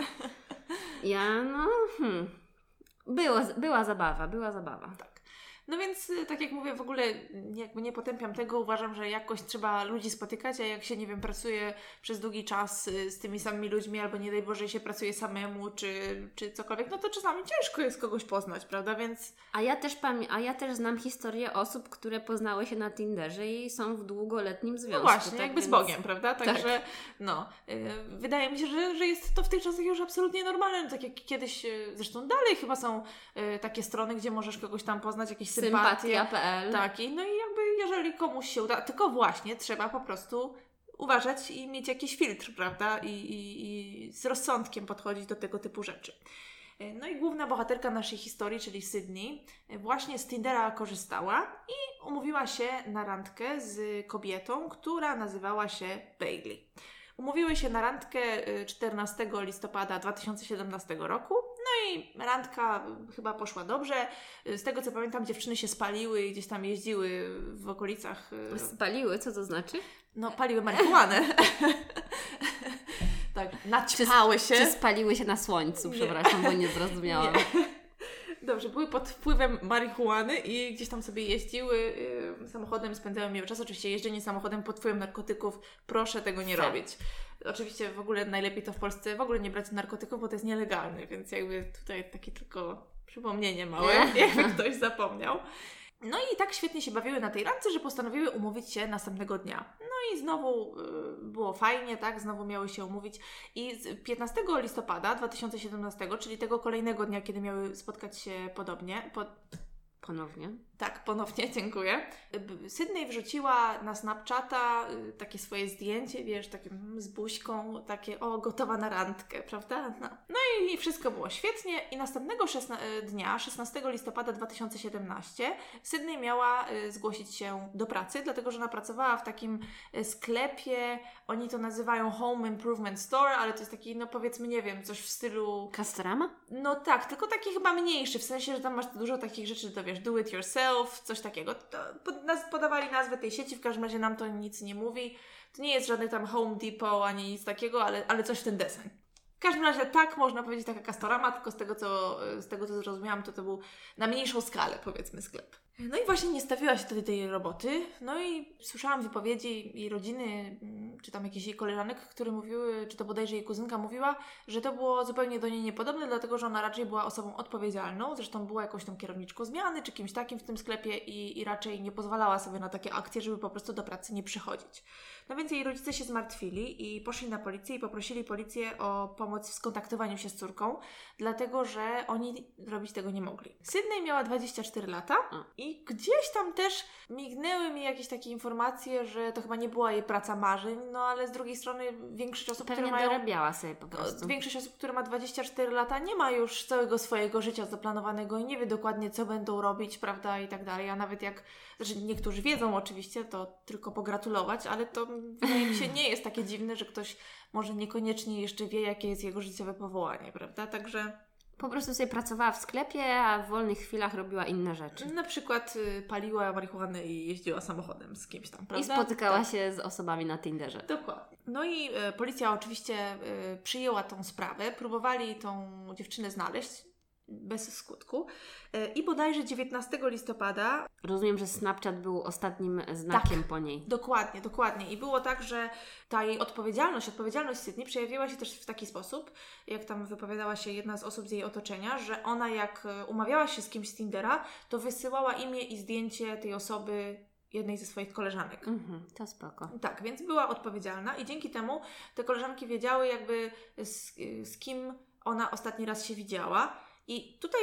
Była zabawa. Tak. No więc, tak jak mówię, w ogóle jakby nie potępiam tego, uważam, że jakoś trzeba ludzi spotykać, a jak się, nie wiem, pracuje przez długi czas z tymi samymi ludźmi, albo nie daj Boże się pracuje samemu, czy cokolwiek, no to czasami ciężko jest kogoś poznać, prawda, więc... A ja też znam historię osób, które poznały się na Tinderze i są w długoletnim związku. No właśnie, tak jakby z Bogiem, prawda, także wydaje mi się, że jest to w tych czasach już absolutnie normalne, no, tak jak kiedyś, zresztą dalej chyba są takie strony, gdzie możesz kogoś tam poznać, jakieś sympatia.pl. Tak, no i jakby jeżeli komuś się uda, tylko właśnie trzeba po prostu uważać i mieć jakiś filtr, prawda? I z rozsądkiem podchodzić do tego typu rzeczy. No i główna bohaterka naszej historii, czyli Sydney, właśnie z Tindera korzystała i umówiła się na randkę z kobietą, która nazywała się Bailey. Umówiły się na randkę 14 listopada 2017 roku. No i randka chyba poszła dobrze. Z tego co pamiętam, dziewczyny się spaliły i gdzieś tam jeździły w okolicach. Spaliły? Co to znaczy? No, paliły marihuanę. Tak, naćpały się. Czy spaliły się na słońcu? Przepraszam, bo nie zrozumiałam. Nie. Dobrze, były pod wpływem marihuany i gdzieś tam sobie jeździły samochodem, spędzały miły czas. Oczywiście jeżdżenie samochodem pod wpływem narkotyków, proszę tego nie robić. Oczywiście w ogóle najlepiej to w Polsce w ogóle nie brać narkotyków, bo to jest nielegalne, więc jakby tutaj takie tylko przypomnienie małe, jakby ktoś zapomniał. No i tak świetnie się bawiły na tej randce, że postanowiły umówić się następnego dnia. No i znowu było fajnie, tak? Znowu miały się umówić. I 15 listopada 2017, czyli tego kolejnego dnia, kiedy miały spotkać się Ponownie. Tak, ponownie, dziękuję. Sydney wrzuciła na Snapchata takie swoje zdjęcie, wiesz, takie z buźką, takie gotowa na randkę, prawda? No i wszystko było świetnie i następnego dnia, 16 listopada 2017, Sydney miała zgłosić się do pracy, dlatego że ona pracowała w takim sklepie, oni to nazywają Home Improvement Store, ale to jest taki, no powiedzmy, nie wiem, coś w stylu... Castorama? No tak, tylko taki chyba mniejszy, w sensie, że tam masz dużo takich rzeczy, to wiesz, do it yourself, coś takiego. Podawali nazwę tej sieci, w każdym razie nam to nic nie mówi. To nie jest żadny tam Home Depot ani nic takiego, ale coś w ten deseń. W każdym razie tak, można powiedzieć taka Castorama, tylko z tego co zrozumiałam, to był na mniejszą skalę, powiedzmy, sklep. No i właśnie nie stawiła się do tej roboty. No i słyszałam wypowiedzi jej rodziny, czy tam jakichś jej koleżanek, które mówiły, czy to bodajże jej kuzynka mówiła, że to było zupełnie do niej niepodobne, dlatego że ona raczej była osobą odpowiedzialną, zresztą była jakąś tam kierowniczką zmiany, czy kimś takim w tym sklepie i raczej nie pozwalała sobie na takie akcje, żeby po prostu do pracy nie przychodzić. No więc jej rodzice się zmartwili i poszli na policję i poprosili policję o pomoc w skontaktowaniu się z córką, dlatego że oni robić tego nie mogli. Sydney miała 24 lata i gdzieś tam też mignęły mi jakieś takie informacje, że to chyba nie była jej praca marzeń, no ale z drugiej strony większość osób, które mają... dorabiała sobie po prostu. Większość osób, które ma 24 lata nie ma już całego swojego życia zaplanowanego i nie wie dokładnie, co będą robić, prawda, i tak dalej. A nawet znaczy niektórzy wiedzą oczywiście, to tylko pogratulować, ale to wydaje mi się nie jest takie dziwne, że ktoś może niekoniecznie jeszcze wie, jakie jest jego życiowe powołanie, prawda, także... Po prostu sobie pracowała w sklepie, a w wolnych chwilach robiła inne rzeczy. Na przykład paliła marihuanę i jeździła samochodem z kimś tam, prawda? I spotykała się z osobami na Tinderze. Dokładnie. No i policja oczywiście przyjęła tą sprawę, próbowali tą dziewczynę znaleźć, bez skutku. I bodajże 19 listopada... Rozumiem, że Snapchat był ostatnim znakiem po niej. Dokładnie. I było tak, że ta jej odpowiedzialność Sydney przejawiła się też w taki sposób, jak tam wypowiadała się jedna z osób z jej otoczenia, że ona jak umawiała się z kimś z Tindera, to wysyłała imię i zdjęcie tej osoby jednej ze swoich koleżanek. To spoko. Tak, więc była odpowiedzialna i dzięki temu te koleżanki wiedziały jakby z kim ona ostatni raz się widziała. I tutaj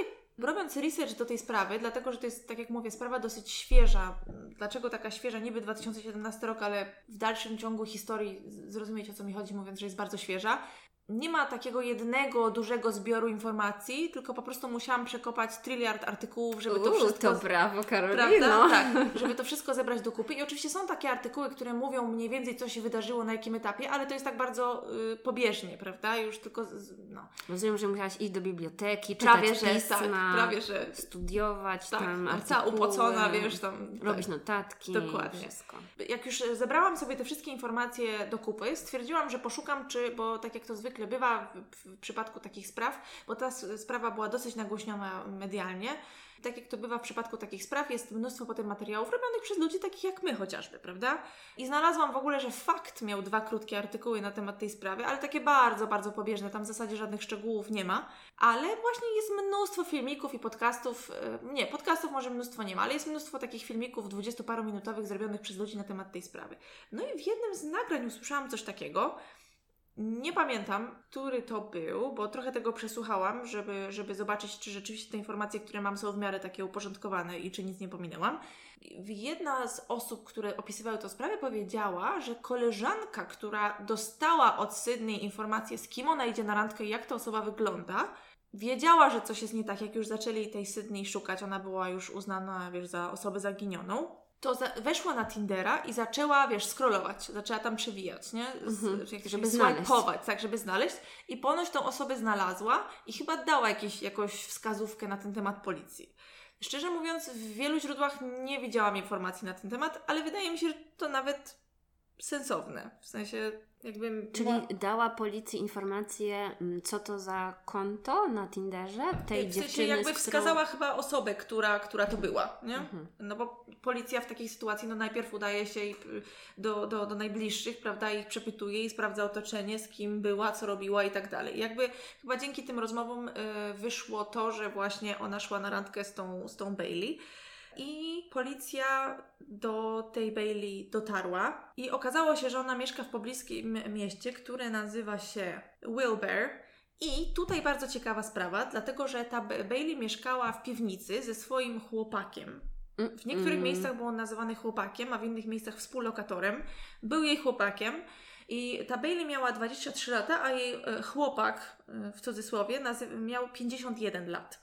robiąc research do tej sprawy, dlatego, że to jest, tak jak mówię, sprawa dosyć świeża. Dlaczego taka świeża? Niby 2017 rok, ale w dalszym ciągu historii zrozumiecie, o co mi chodzi, mówiąc, że jest bardzo świeża. Nie ma takiego jednego dużego zbioru informacji, tylko po prostu musiałam przekopać tryliard artykułów, żeby to wszystko... To brawo, Karolino. Prawda? Tak, żeby to wszystko zebrać do kupy. I oczywiście są takie artykuły, które mówią mniej więcej, co się wydarzyło, na jakim etapie, ale to jest tak bardzo pobieżnie, prawda? Już tylko... Rozumiem, że musiałaś iść do biblioteki, prawie, czytać że, pisma, tak, prawie, że studiować tak, tam cała artykuły, upocona, wiesz, tam... robić notatki. Dokładnie. Wszystko. Jak już zebrałam sobie te wszystkie informacje do kupy, stwierdziłam, że poszukam, bo tak jak to zwykle bywa w przypadku takich spraw, bo ta sprawa była dosyć nagłośniona medialnie, tak jak to bywa w przypadku takich spraw, jest mnóstwo potem materiałów robionych przez ludzi takich jak my chociażby, prawda? I znalazłam w ogóle, że Fakt miał 2 krótkie artykuły na temat tej sprawy, ale takie bardzo, bardzo pobieżne, tam w zasadzie żadnych szczegółów nie ma, ale właśnie jest mnóstwo filmików i podcastów, nie, podcastów może mnóstwo nie ma, ale jest mnóstwo takich filmików 20-parominutowych zrobionych przez ludzi na temat tej sprawy. No i w jednym z nagrań usłyszałam coś takiego. Nie pamiętam, który to był, bo trochę tego przesłuchałam, żeby zobaczyć, czy rzeczywiście te informacje, które mam, są w miarę takie uporządkowane i czy nic nie pominęłam. Jedna z osób, które opisywały tę sprawę, powiedziała, że koleżanka, która dostała od Sydney informację, z kim ona idzie na randkę i jak ta osoba wygląda, wiedziała, że coś jest nie tak, jak już zaczęli tej Sydney szukać, ona była już uznana, wiesz, za osobę zaginioną. To weszła na Tindera i zaczęła, wiesz, scrollować, zaczęła tam przewijać, nie? Żeby znaleźć. Tak, żeby znaleźć. I ponoć tą osobę znalazła i chyba dała jakąś wskazówkę na ten temat policji. Szczerze mówiąc, w wielu źródłach nie widziałam informacji na ten temat, ale wydaje mi się, że to nawet sensowne. W sensie jakby... Czyli dała policji informację, co to za konto na Tinderze tej dziewczyny, w sensie jakby wskazała chyba osobę, która to była, nie? No bo policja w takiej sytuacji najpierw udaje się do najbliższych, prawda, ich przepytuje i sprawdza otoczenie, z kim była, co robiła i tak dalej. Jakby chyba dzięki tym rozmowom wyszło to, że właśnie ona szła na randkę z tą Bailey. I policja do tej Bailey dotarła i okazało się, że ona mieszka w pobliskim mieście, które nazywa się Wilber. I tutaj bardzo ciekawa sprawa, dlatego że ta Bailey mieszkała w piwnicy ze swoim chłopakiem. W niektórych miejscach był on nazywany chłopakiem, a w innych miejscach współlokatorem. Był jej chłopakiem. I ta Bailey miała 23 lata, a jej chłopak, w cudzysłowie, miał 51 lat.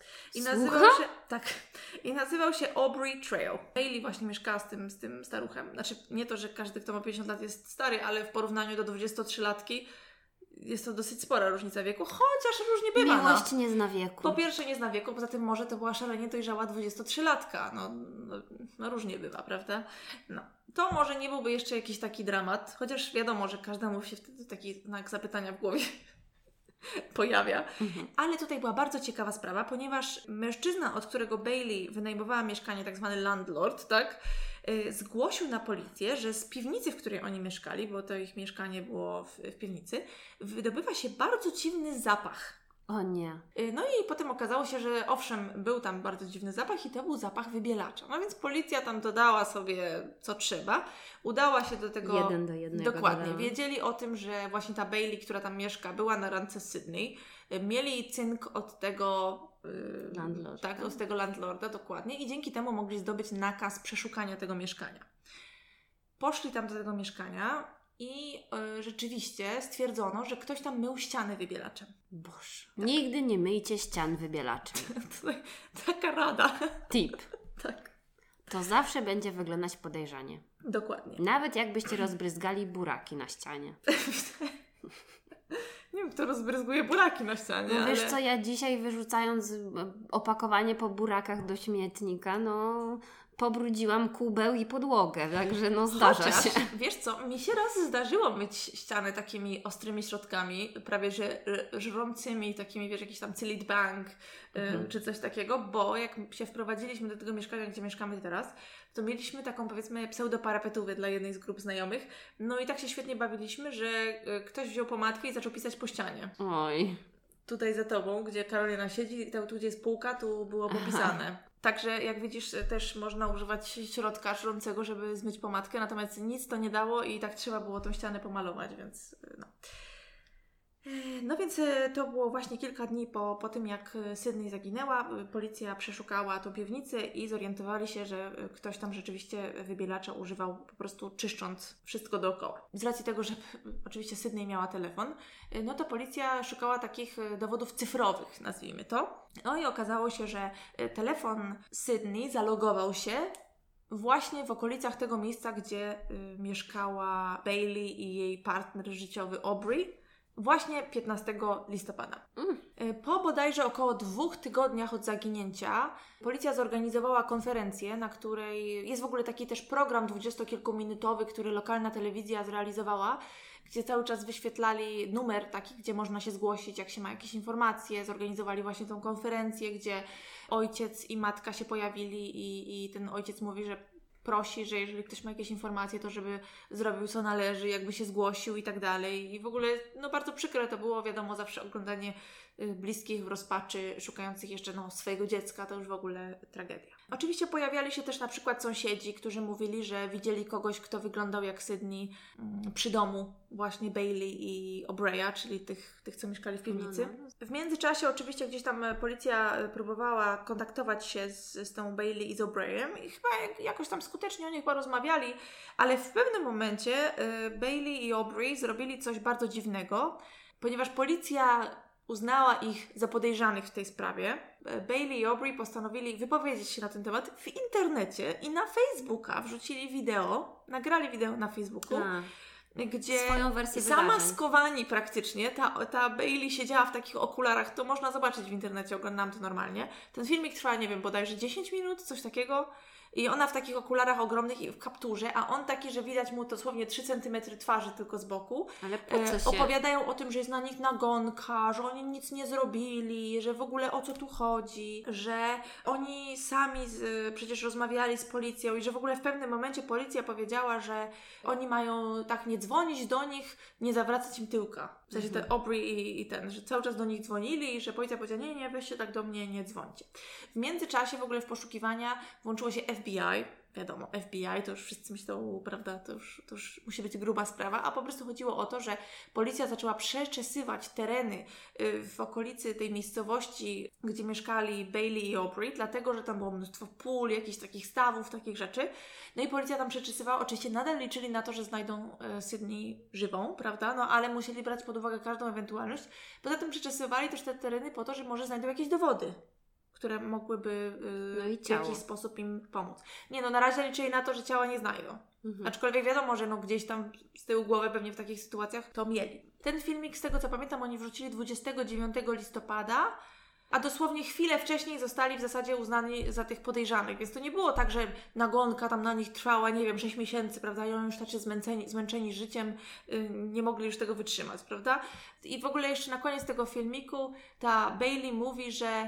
I nazywał się Aubrey Trail. Bailey właśnie mieszkała z tym staruchem. Znaczy, nie to, że każdy, kto ma 50 lat jest stary, ale w porównaniu do 23-latki jest to dosyć spora różnica wieku, chociaż różnie bywa. Miłość nie zna wieku. Po pierwsze nie zna wieku, poza tym może to była szalenie dojrzała 23-latka. No różnie bywa, prawda? No. To może nie byłby jeszcze jakiś taki dramat, chociaż wiadomo, że każdemu się wtedy taki znak zapytania w głowie pojawia. Ale tutaj była bardzo ciekawa sprawa, ponieważ mężczyzna, od którego Bailey wynajmowała mieszkanie, tak zwany landlord, tak, zgłosił na policję, że z piwnicy, w której oni mieszkali, bo to ich mieszkanie było w piwnicy, wydobywa się bardzo dziwny zapach. O nie. No i potem okazało się, że owszem, był tam bardzo dziwny zapach i to był zapach wybielacza. No więc policja tam dodała sobie co trzeba. Udała się do tego... 1 do 1. Dokładnie. Dodała. Wiedzieli o tym, że właśnie ta Bailey, która tam mieszka, była na randce z Sydney. Mieli cynk od tego... landlorda. Tak, od tego landlorda, dokładnie. I dzięki temu mogli zdobyć nakaz przeszukania tego mieszkania. Poszli tam do tego mieszkania... I rzeczywiście stwierdzono, że ktoś tam mył ściany wybielaczem. Boże. Tak. Nigdy nie myjcie ścian wybielaczem. Taka rada. Tip. Tak. To zawsze będzie wyglądać podejrzanie. Dokładnie. Nawet jakbyście rozbryzgali buraki na ścianie. Nie wiem, kto rozbryzguje buraki na ścianie. No wiesz co, ja dzisiaj wyrzucając opakowanie po burakach do śmietnika, pobrudziłam kubeł i podłogę, także zdarza się. Wiesz co, mi się raz zdarzyło myć ściany takimi ostrymi środkami, prawie że żrącymi, takimi, wiesz, jakiś tam Cillit Bank czy coś takiego, bo jak się wprowadziliśmy do tego mieszkania, gdzie mieszkamy teraz, to mieliśmy taką, powiedzmy, pseudoparapetówę dla jednej z grup znajomych. No i tak się świetnie bawiliśmy, że ktoś wziął pomadkę i zaczął pisać po ścianie. Oj. Tutaj za tobą, gdzie Karolina siedzi, tu gdzie jest półka, tu było popisane. Także jak widzisz, też można używać środka żrącego, żeby zmyć pomadkę, natomiast nic to nie dało i tak trzeba było tą ścianę pomalować, więc no. No więc to było właśnie kilka dni po tym, jak Sydney zaginęła. Policja przeszukała tą piwnicę i zorientowali się, że ktoś tam rzeczywiście wybielacza używał, po prostu czyszcząc wszystko dookoła. Z racji tego, że oczywiście Sydney miała telefon, no to policja szukała takich dowodów cyfrowych, nazwijmy to. No i okazało się, że telefon Sydney zalogował się właśnie w okolicach tego miejsca, gdzie mieszkała Bailey i jej partner życiowy Aubrey. Właśnie 15 listopada. Po bodajże około 2 tygodniach od zaginięcia policja zorganizowała konferencję, na której jest w ogóle taki też program 20-kilkuminutowy, który lokalna telewizja zrealizowała, gdzie cały czas wyświetlali numer taki, gdzie można się zgłosić, jak się ma jakieś informacje. Zorganizowali właśnie tą konferencję, gdzie ojciec i matka się pojawili i ten ojciec mówi, że prosi, że jeżeli ktoś ma jakieś informacje, to żeby zrobił co należy, jakby się zgłosił i tak dalej. I w ogóle bardzo przykre to było, wiadomo, zawsze oglądanie bliskich w rozpaczy, szukających jeszcze swojego dziecka, to już w ogóle tragedia. Oczywiście pojawiali się też na przykład sąsiedzi, którzy mówili, że widzieli kogoś, kto wyglądał jak Sydney przy domu właśnie Bailey i Aubrey'a, czyli tych, co mieszkali w piwnicy. W międzyczasie oczywiście gdzieś tam policja próbowała kontaktować się z tą Bailey i z Aubrey'em i chyba jakoś tam skutecznie oni chyba rozmawiali, ale w pewnym momencie Bailey i Aubrey zrobili coś bardzo dziwnego, ponieważ policja uznała ich za podejrzanych w tej sprawie. Bailey i Aubrey postanowili wypowiedzieć się na ten temat w internecie i na Facebooka wrzucili wideo, nagrali wideo na Facebooku, gdzie swoją wersję zamaskowani praktycznie, ta Bailey siedziała w takich okularach, to można zobaczyć w internecie, oglądam to normalnie. Ten filmik trwa, nie wiem, bodajże 10 minut, coś takiego. I ona w takich okularach ogromnych i w kapturze, a on taki, że widać mu dosłownie 3 cm twarzy tylko z boku. Ale po co się? Opowiadają o tym, że jest na nich nagonka, że oni nic nie zrobili, że w ogóle o co tu chodzi, że oni sami przecież rozmawiali z policją i że w ogóle w pewnym momencie policja powiedziała, że oni mają tak nie dzwonić do nich, nie zawracać im tyłka. W sensie ten Aubrey i ten, że cały czas do nich dzwonili i że policja powiedziała, nie, weźcie tak do mnie, nie dzwońcie. W międzyczasie w ogóle w poszukiwania włączyło się FBI. Wiadomo, FBI to już wszyscy myślą, prawda, to już musi być gruba sprawa, a po prostu chodziło o to, że policja zaczęła przeczesywać tereny w okolicy tej miejscowości, gdzie mieszkali Bailey i Aubrey, dlatego, że tam było mnóstwo pól, jakichś takich stawów, takich rzeczy. No i policja tam przeczesywała, oczywiście nadal liczyli na to, że znajdą Sydney żywą, prawda, no ale musieli brać pod uwagę każdą ewentualność. Poza tym przeczesywali też te tereny po to, że może znajdą jakieś dowody, które mogłyby w jakiś sposób im pomóc. Nie, na razie liczyli na to, że ciała nie znajdą. Aczkolwiek wiadomo, że gdzieś tam z tyłu głowy pewnie w takich sytuacjach to mieli. Ten filmik, z tego co pamiętam, oni wrzucili 29 listopada, a dosłownie chwilę wcześniej zostali w zasadzie uznani za tych podejrzanych. Więc to nie było tak, że nagonka tam na nich trwała, nie wiem, 6 miesięcy, prawda? I oni już tacy zmęczeni życiem, nie mogli już tego wytrzymać, prawda? I w ogóle jeszcze na koniec tego filmiku ta Bailey mówi, że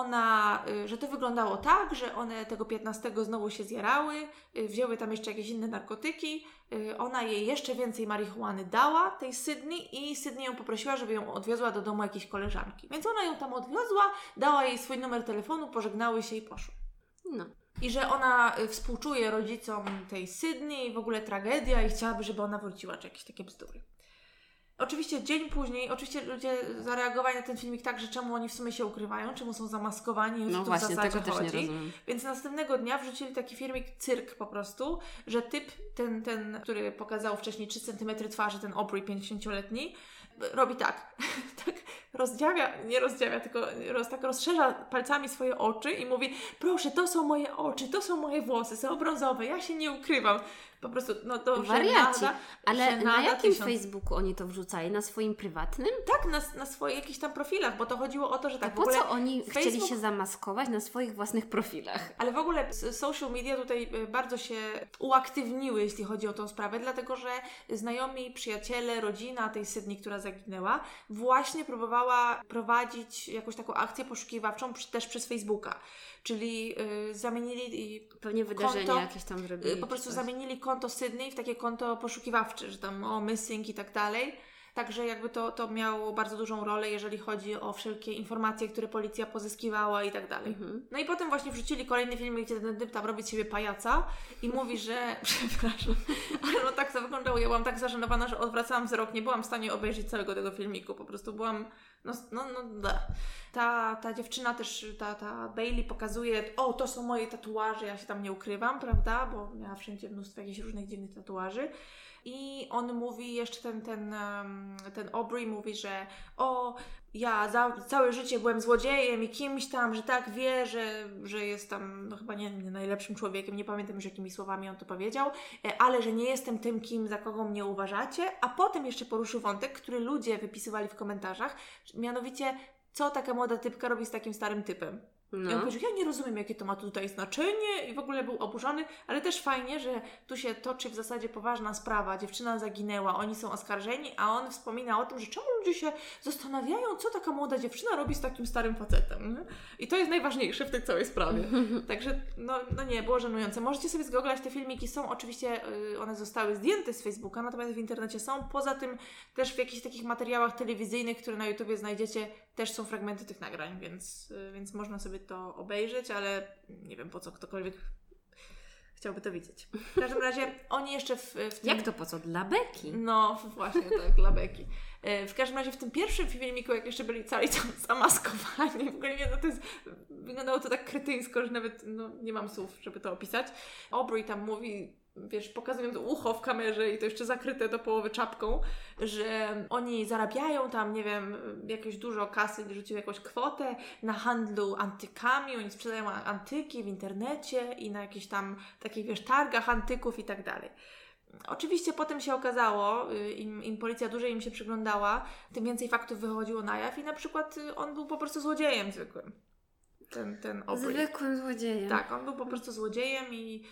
że to wyglądało tak, że one tego 15 znowu się zjarały, wzięły tam jeszcze jakieś inne narkotyki, ona jej jeszcze więcej marihuany dała, tej Sydney, i Sydney ją poprosiła, żeby ją odwiozła do domu jakiejś koleżanki. Więc ona ją tam odwiozła, dała jej swój numer telefonu, pożegnały się i poszły. No. I że ona współczuje rodzicom tej Sydney, w ogóle tragedia i chciałaby, żeby ona wróciła, czy jakieś takie bzdury. Oczywiście dzień później, ludzie zareagowali na ten filmik tak, że czemu oni w sumie się ukrywają, czemu są zamaskowani, no w właśnie, zasadzie tego też chodzi. nie rozumiem. Więc następnego dnia wrzucili taki filmik cyrk po prostu, że typ, ten, który pokazał wcześniej 3 cm twarzy, ten Aubrey 50-letni, robi tak, tylko tak rozszerza palcami swoje oczy i mówi, proszę, to są moje oczy, to są moje włosy, są brązowe, ja się nie ukrywam. Po prostu, to wariaci. Ale na jakim 1000. Facebooku oni to wrzucali? Na swoim prywatnym? Tak, na swoich jakichś tam profilach, bo to chodziło o to, że tak po co oni chcieli się zamaskować na swoich własnych profilach? Ale w ogóle social media tutaj bardzo się uaktywniły, jeśli chodzi o tą sprawę, dlatego że znajomi, przyjaciele, rodzina tej Sydney, która zaginęła, właśnie próbowała prowadzić jakąś taką akcję poszukiwawczą też przez Facebooka. Czyli zamienili pewnie wydarzenia jakieś tam zrobili. Po prostu zamienili konto Sydney w takie konto poszukiwawcze, że tam missing i tak dalej. Także jakby to miało bardzo dużą rolę, jeżeli chodzi o wszelkie informacje, które policja pozyskiwała i tak dalej. No i potem właśnie wrzucili kolejny filmik, gdzie ten typ tam robi z siebie pajaca i mówi, że przepraszam, ale no tak to wyglądało. Ja byłam tak zażenowana, że odwracałam wzrok. Nie byłam w stanie obejrzeć całego tego filmiku. Po prostu byłam Ta dziewczyna też, ta Bailey pokazuje, to są moje tatuaże, ja się tam nie ukrywam, prawda, bo miała wszędzie mnóstwo jakichś różnych dziwnych tatuaży. I on mówi, jeszcze ten Aubrey mówi, że ja całe życie byłem złodziejem i kimś tam, że tak wie, że jest tam, no chyba nie najlepszym człowiekiem, nie pamiętam już jakimi słowami on to powiedział, ale że nie jestem tym, kim, za kogo mnie uważacie, a potem jeszcze poruszył wątek, który ludzie wypisywali w komentarzach, mianowicie, co taka młoda typka robi z takim starym typem. No. I on powiedział, ja nie rozumiem, jakie to ma tutaj znaczenie i w ogóle był oburzony, ale też fajnie, że tu się toczy w zasadzie poważna sprawa, dziewczyna zaginęła, oni są oskarżeni, a on wspomina o tym, że czemu ludzie się zastanawiają, co taka młoda dziewczyna robi z takim starym facetem. Nie? I to jest najważniejsze w tej całej sprawie. Także no nie, było żenujące. Możecie sobie zgooglać, te filmiki są, oczywiście one zostały zdjęte z Facebooka, natomiast w internecie są. Poza tym też w jakichś takich materiałach telewizyjnych, które na YouTubie znajdziecie, też są fragmenty tych nagrań, więc można sobie to obejrzeć, ale nie wiem, po co ktokolwiek chciałby to widzieć. W każdym razie oni jeszcze w tym... Jak to po co? Dla beki? No właśnie, tak, dla beki. W każdym razie w tym pierwszym filmiku, jak jeszcze byli cali zamaskowani, w ogóle wyglądało to tak kretyńsko, że nawet nie mam słów, żeby to opisać. Aubrey tam mówi, pokazując ucho w kamerze i to jeszcze zakryte do połowy czapką, że oni zarabiają tam, nie wiem, jakieś dużo kasy, rzucił jakąś kwotę na handlu antykami, oni sprzedają antyki w internecie i na jakichś tam takich, targach antyków i tak dalej. Oczywiście potem się okazało, im policja dłużej im się przyglądała, tym więcej faktów wychodziło na jaw i na przykład on był po prostu złodziejem zwykłym. Ten Aubrey. Zwykłym złodziejem. Tak, on był po prostu złodziejem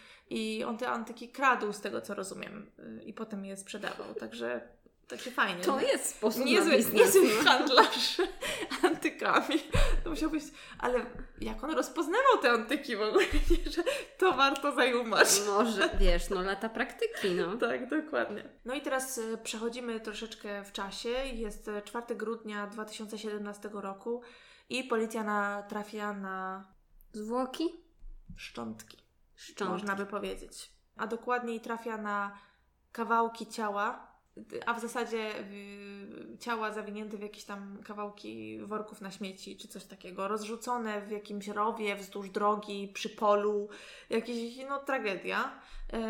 i on te antyki kradł, z tego co rozumiem, i potem je sprzedawał, także fajnie. To jest sposób niezły handlarz antykami. To musiał być, ale jak on rozpoznawał te antyki w ogóle, że to warto zajumać. Może, lata praktyki, Tak, dokładnie. No i teraz przechodzimy troszeczkę w czasie. Jest 4 grudnia 2017 roku i policja trafia na... Zwłoki? Szczątki. Można by powiedzieć. A dokładniej trafia na kawałki ciała, a w zasadzie ciała zawinięte w jakieś tam kawałki worków na śmieci, czy coś takiego, rozrzucone w jakimś rowie, wzdłuż drogi, przy polu, jakieś, tragedia.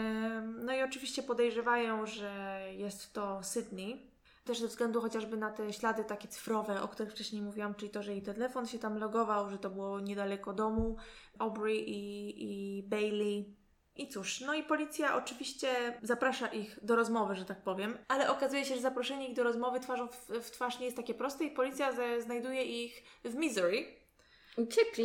No i oczywiście podejrzewają, że jest to Sydney. Też ze względu chociażby na te ślady takie cyfrowe, o których wcześniej mówiłam, czyli to, że jej telefon się tam logował, że to było niedaleko domu Aubrey i Bailey. I cóż, no i policja oczywiście zaprasza ich do rozmowy, że tak powiem, ale okazuje się, że zaproszenie ich do rozmowy twarzą w twarz nie jest takie proste i policja znajduje ich w Missouri. Uciekli?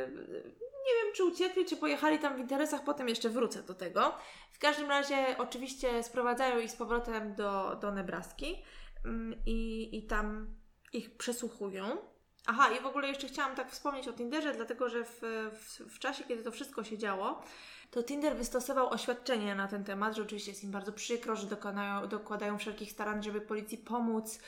Nie wiem, czy uciekli, czy pojechali tam w interesach, potem jeszcze wrócę do tego. W każdym razie oczywiście sprowadzają ich z powrotem do Nebraski i tam ich przesłuchują. Aha, i w ogóle jeszcze chciałam tak wspomnieć o Tinderze, dlatego że w czasie, kiedy to wszystko się działo, to Tinder wystosował oświadczenie na ten temat, że oczywiście jest im bardzo przykro, że dokładają wszelkich starań, żeby policji pomóc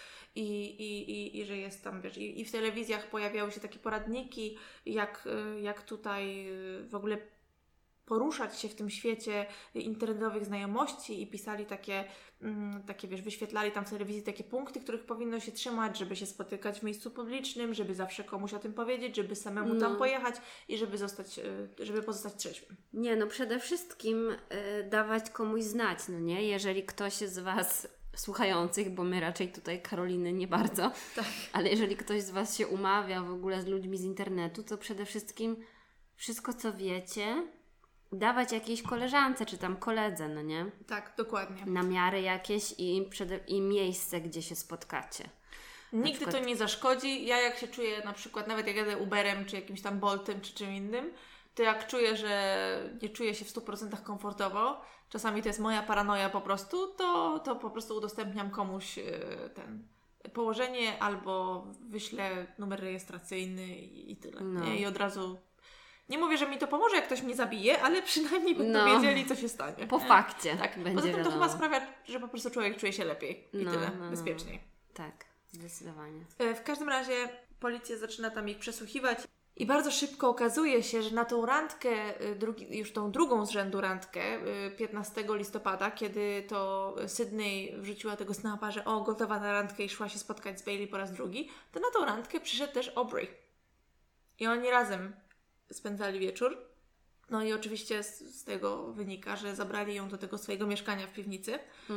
i że jest tam, i w telewizjach pojawiały się takie poradniki, jak tutaj w ogóle poruszać się w tym świecie internetowych znajomości i pisali takie wyświetlali tam w telewizji takie punkty, których powinno się trzymać, żeby się spotykać w miejscu publicznym, żeby zawsze komuś o tym powiedzieć, żeby samemu tam pojechać i żeby pozostać trzeźwym. Przede wszystkim dawać komuś znać, nie? Jeżeli ktoś z Was słuchających, bo my raczej tutaj Karoliny nie bardzo, tak. Ale jeżeli ktoś z Was się umawia w ogóle z ludźmi z internetu, to przede wszystkim wszystko, co wiecie, dawać jakiejś koleżance, czy tam koledze, nie? Tak, dokładnie. Namiary jakieś i miejsce, gdzie się spotkacie. Nigdy to nie zaszkodzi. Ja jak się czuję, na przykład nawet jak jadę Uberem, czy jakimś tam Boltem, czy czym innym, to jak czuję, że nie czuję się w 100% komfortowo, czasami to jest moja paranoja po prostu, to po prostu udostępniam komuś położenie albo wyślę numer rejestracyjny i tyle. I od razu... Nie mówię, że mi to pomoże, jak ktoś mnie zabije, ale przynajmniej będą wiedzieli, co się stanie. Po fakcie. Tak. Będzie Poza tym to wiadomo. chyba sprawia, że po prostu człowiek czuje się lepiej i tyle, bezpieczniej. Tak, zdecydowanie. W każdym razie policja zaczyna tam ich przesłuchiwać i bardzo szybko okazuje się, że na tą randkę, już tą drugą z rzędu randkę, 15 listopada, kiedy to Sydney wrzuciła tego snapa, że gotowa na randkę i szła się spotkać z Bailey po raz drugi, to na tą randkę przyszedł też Aubrey. I oni razem spędzali wieczór. No i oczywiście z tego wynika, że zabrali ją do tego swojego mieszkania w piwnicy,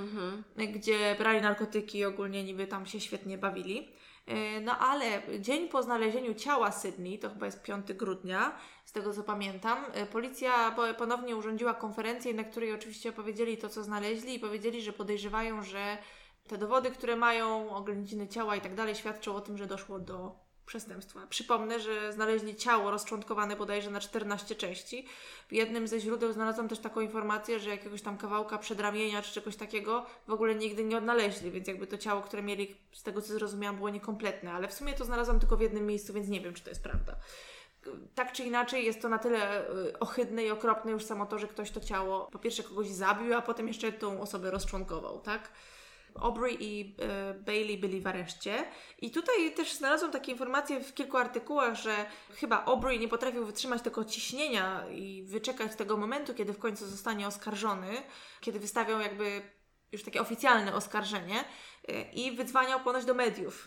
gdzie brali narkotyki i ogólnie niby tam się świetnie bawili. No ale dzień po znalezieniu ciała Sydney, to chyba jest 5 grudnia, z tego co pamiętam, policja ponownie urządziła konferencję, na której oczywiście opowiedzieli to, co znaleźli i powiedzieli, że podejrzewają, że te dowody, które mają, oględziny ciała i tak dalej, świadczą o tym, że doszło do przestępstwa. Przypomnę, że znaleźli ciało rozczłonkowane bodajże na 14 części. W jednym ze źródeł znalazłam też taką informację, że jakiegoś tam kawałka przedramienia czy czegoś takiego w ogóle nigdy nie odnaleźli, więc jakby to ciało, które mieli, z tego co zrozumiałam, było niekompletne, ale w sumie to znalazłam tylko w jednym miejscu, więc nie wiem, czy to jest prawda. Tak czy inaczej jest to na tyle ohydne i okropne już samo to, że ktoś to ciało po pierwsze kogoś zabił, a potem jeszcze tą osobę rozczłonkował, tak? Aubrey i Bailey byli w areszcie i tutaj też znalazłam takie informacje w kilku artykułach, że chyba Aubrey nie potrafił wytrzymać tego ciśnienia i wyczekać tego momentu, kiedy w końcu zostanie oskarżony, kiedy wystawią jakby już takie oficjalne oskarżenie i wydzwaniał ponoć do mediów.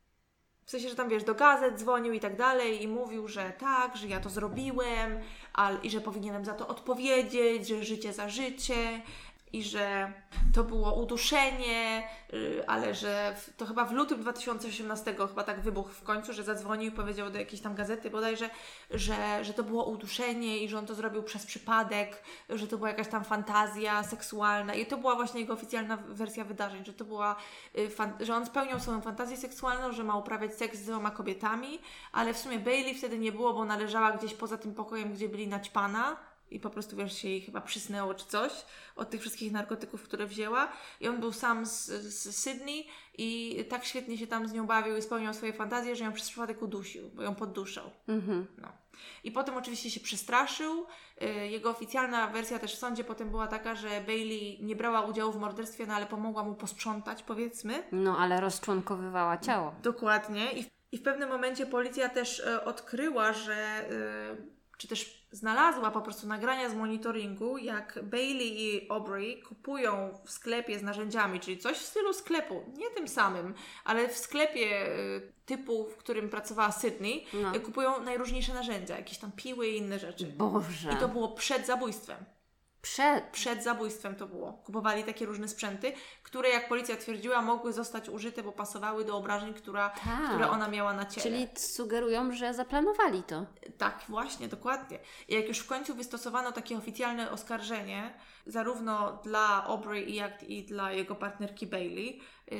W sensie, że tam wiesz, do gazet dzwonił i tak dalej i mówił, że tak, że ja to zrobiłem i że powinienem za to odpowiedzieć, że życie za życie. I że to było uduszenie, ale że to chyba w lutym 2018 chyba tak wybuchł w końcu, że zadzwonił i powiedział do jakiejś tam gazety bodajże, że to było uduszenie i że on to zrobił przez przypadek, że to była jakaś tam fantazja seksualna i to była właśnie jego oficjalna wersja wydarzeń, że to była, że on spełniał swoją fantazję seksualną, że ma uprawiać seks z 2 kobietami, ale w sumie Bailey wtedy nie było, bo należała gdzieś poza tym pokojem, gdzie byli naćpana. I po prostu, wiesz, się jej chyba przysnęło czy coś od tych wszystkich narkotyków, które wzięła. I on był sam z Sydney i tak świetnie się tam z nią bawił i spełniał swoje fantazje, że ją przez przypadek udusił, bo ją podduszał. No. I potem oczywiście się przestraszył. Jego oficjalna wersja też w sądzie potem była taka, że Bailey nie brała udziału w morderstwie, no ale pomogła mu posprzątać, powiedzmy. No, ale rozczłonkowywała ciało. Dokładnie. I w pewnym momencie policja też odkryła, że... czy też znalazła po prostu nagrania z monitoringu, jak Bailey i Aubrey kupują w sklepie z narzędziami, czyli coś w stylu sklepu, nie tym samym, ale w sklepie typu, w którym pracowała Sydney, kupują najróżniejsze narzędzia, jakieś tam piły i inne rzeczy. Boże! I to było przed zabójstwem. Przed zabójstwem to było. Kupowali takie różne sprzęty, które, jak policja twierdziła, mogły zostać użyte, bo pasowały do obrażeń, które ona miała na ciele. Czyli sugerują, że zaplanowali to. Tak, właśnie, dokładnie. I jak już w końcu wystosowano takie oficjalne oskarżenie, zarówno dla Aubrey jak i dla jego partnerki Bailey,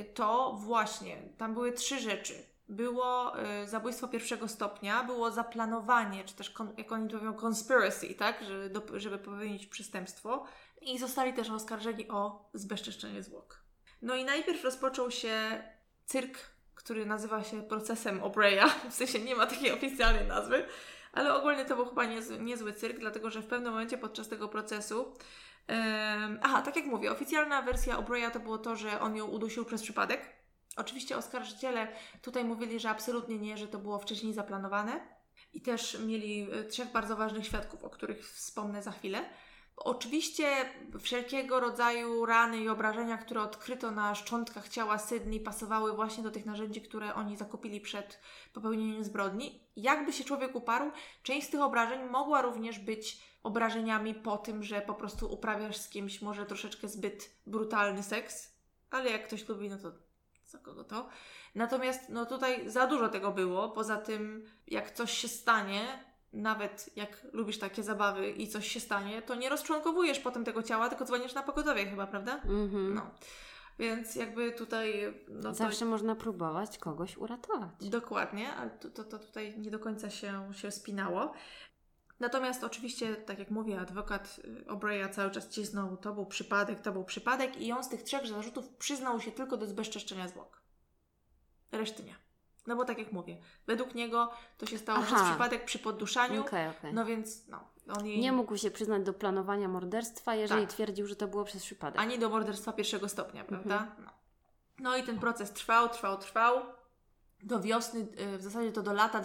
to właśnie, tam były 3 rzeczy. Było zabójstwo 1. stopnia, było zaplanowanie, czy też, jak oni to mówią, conspiracy, tak? Żeby popełnić przestępstwo. I zostali też oskarżeni o zbezczeszczenie zwłok. No i najpierw rozpoczął się cyrk, który nazywa się procesem Aubrey'a. W sensie nie ma takiej oficjalnej nazwy, ale ogólnie to był chyba niezły cyrk, dlatego że w pewnym momencie podczas tego procesu tak jak mówię, oficjalna wersja Aubrey'a to było to, że on ją udusił przez przypadek. Oczywiście oskarżyciele tutaj mówili, że absolutnie nie, że to było wcześniej zaplanowane i też mieli 3 bardzo ważnych świadków, o których wspomnę za chwilę. Oczywiście wszelkiego rodzaju rany i obrażenia, które odkryto na szczątkach ciała Sydney, pasowały właśnie do tych narzędzi, które oni zakupili przed popełnieniem zbrodni. Jakby się człowiek uparł, część z tych obrażeń mogła również być obrażeniami po tym, że po prostu uprawiasz z kimś może troszeczkę zbyt brutalny seks, ale jak ktoś lubi, no to za kogo to? Natomiast no tutaj za dużo tego było. Poza tym, jak coś się stanie, nawet jak lubisz takie zabawy i coś się stanie, to nie rozczłonkowujesz potem tego ciała, tylko dzwonisz na pogotowie chyba, prawda? No. Więc jakby tutaj... No zawsze można próbować kogoś uratować. Dokładnie, ale to tutaj nie do końca się spinało. Natomiast oczywiście, tak jak mówię, adwokat Aubrey'a cały czas cisnął, to był przypadek i on z tych 3 zarzutów przyznał się tylko do zbezczeszczenia zwłok. Reszty nie. No bo tak jak mówię, według niego to się stało przez przypadek przy podduszaniu, okay. No więc on jej... Nie mógł się przyznać do planowania morderstwa, jeżeli twierdził, że to było przez przypadek. Ani do morderstwa 1. stopnia, prawda? No. No i ten proces trwał do wiosny, w zasadzie to do lata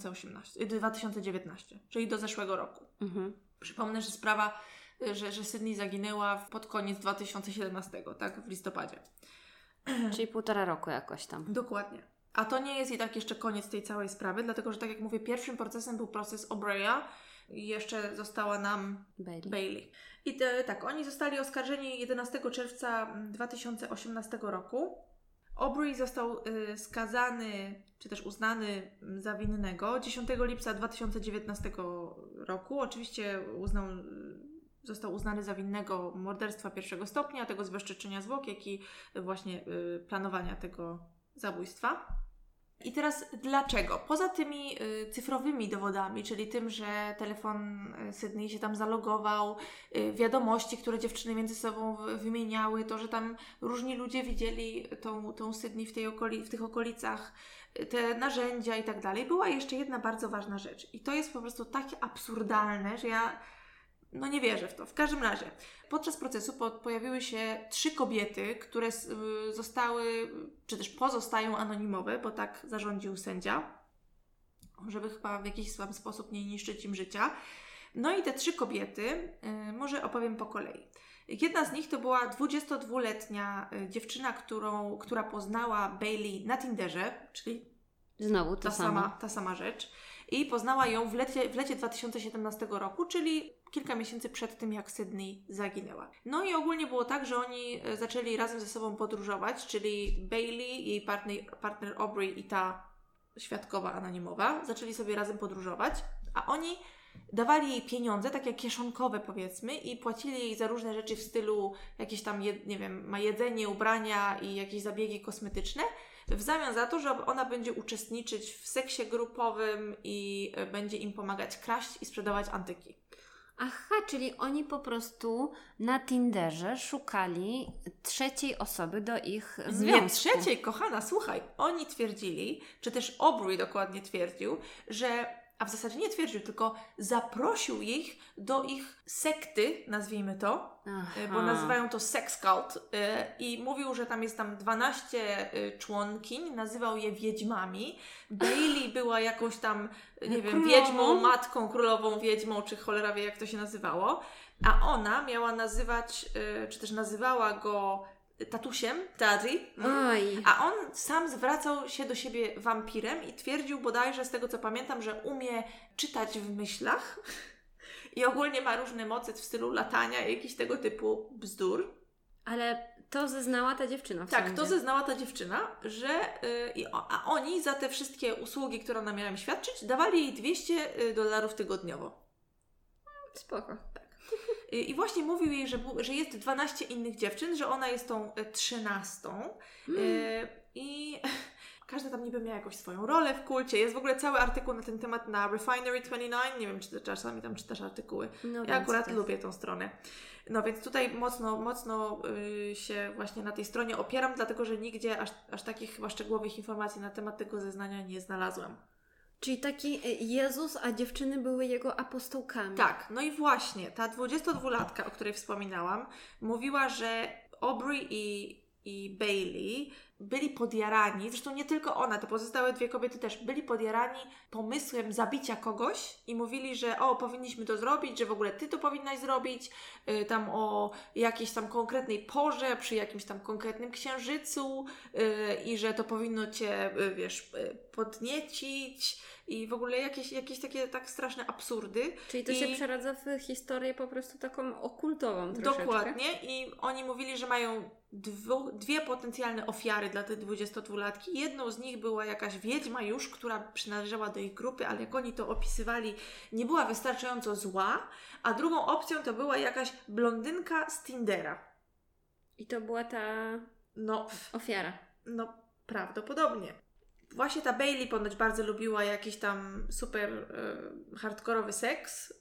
2019, czyli do zeszłego roku. Przypomnę, że sprawa, że Sydney zaginęła pod koniec 2017, tak, w listopadzie. Czyli 1,5 roku jakoś tam. Dokładnie. A to nie jest i tak jeszcze koniec tej całej sprawy, dlatego że tak jak mówię, pierwszym procesem był proces O'Breya i jeszcze została nam Bailey. I tak, oni zostali oskarżeni 11 czerwca 2018 roku. Aubrey został skazany, czy też uznany za winnego 10 lipca 2019 roku. Oczywiście został uznany za winnego morderstwa pierwszego stopnia, tego zbezczeczenia zwłok, jak i właśnie planowania tego zabójstwa. I teraz dlaczego? Poza tymi cyfrowymi dowodami, czyli tym, że telefon Sydney się tam zalogował, wiadomości, które dziewczyny między sobą wymieniały, to, że tam różni ludzie widzieli tą Sydney w tych okolicach, te narzędzia i tak dalej, była jeszcze jedna bardzo ważna rzecz. I to jest po prostu takie absurdalne, że ja nie wierzę w to. W każdym razie, podczas procesu pojawiły się 3 kobiety, które zostały, czy też pozostają anonimowe, bo tak zarządził sędzia, żeby chyba w jakiś sposób nie niszczyć im życia. No i te 3 kobiety, może opowiem po kolei. Jedna z nich to była 22-letnia dziewczyna, która poznała Bailey na Tinderze, czyli znowu ta sama rzecz. I poznała ją w lecie 2017 roku, czyli kilka miesięcy przed tym, jak Sydney zaginęła. No i ogólnie było tak, że oni zaczęli razem ze sobą podróżować, czyli Bailey, jej partner Aubrey i ta świadkowa anonimowa, zaczęli sobie razem podróżować, a oni dawali jej pieniądze, takie kieszonkowe powiedzmy, i płacili jej za różne rzeczy w stylu jakieś tam, nie wiem, ma jedzenie, ubrania i jakieś zabiegi kosmetyczne, w zamian za to, że ona będzie uczestniczyć w seksie grupowym i będzie im pomagać kraść i sprzedawać antyki. Aha, czyli oni po prostu na Tinderze szukali trzeciej osoby do ich związku. Nie trzeciej, kochana, słuchaj. Oni twierdzili, czy też Aubrey dokładnie twierdził, a w zasadzie nie twierdził, tylko zaprosił ich do ich sekty, nazwijmy to, bo nazywają to sex cult, i mówił, że tam jest 12 członkiń, nazywał je wiedźmami. Bailey była jakąś tam, nie wiem, wiedźmą, matką, królową wiedźmą, czy cholera wie jak to się nazywało, a ona miała nazywać, czy też nazywała go tatusiem, daddy, a on sam zwracał się do siebie wampirem i twierdził bodajże, z tego co pamiętam, że umie czytać w myślach i ogólnie ma różne moce w stylu latania i jakichś tego typu bzdur. Ale to zeznała ta dziewczyna w Tak, sądzie. to zeznała ta dziewczyna, że a oni za te wszystkie usługi, które ona miała im świadczyć, dawali jej $200 tygodniowo. Spoko. I właśnie mówił jej, że jest 12 innych dziewczyn, że ona jest tą 13. I każda tam niby miała jakąś swoją rolę w kulcie. Jest w ogóle cały artykuł na ten temat na Refinery29. Nie wiem, czy ty czasami tam czytasz artykuły. Ja akurat lubię tą stronę. No więc tutaj mocno się właśnie na tej stronie opieram, dlatego że nigdzie aż takich chyba szczegółowych informacji na temat tego zeznania nie znalazłam. Czyli taki Jezus, a dziewczyny były jego apostołkami. Tak, no i właśnie ta 22-latka, o której wspominałam, mówiła, że Aubrey i Bailey byli podjarani, zresztą nie tylko ona, te pozostałe 2 kobiety też byli podjarani pomysłem zabicia kogoś i mówili, że powinniśmy to zrobić, że w ogóle ty to powinnaś zrobić, tam o jakiejś tam konkretnej porze, przy jakimś tam konkretnym księżycu, i że to powinno cię, podniecić i w ogóle jakieś takie tak straszne absurdy. Czyli to się przeradza w historię po prostu taką okultową troszeczkę. Dokładnie, i oni mówili, że mają 2 potencjalne ofiary dla tej 22-latki. Jedną z nich była jakaś wiedźma już, która przynależała do ich grupy, ale jak oni to opisywali, nie była wystarczająco zła, a drugą opcją to była jakaś blondynka z Tindera. I to była ta ofiara. No, prawdopodobnie. Właśnie ta Bailey ponoć bardzo lubiła jakiś tam super hardkorowy seks,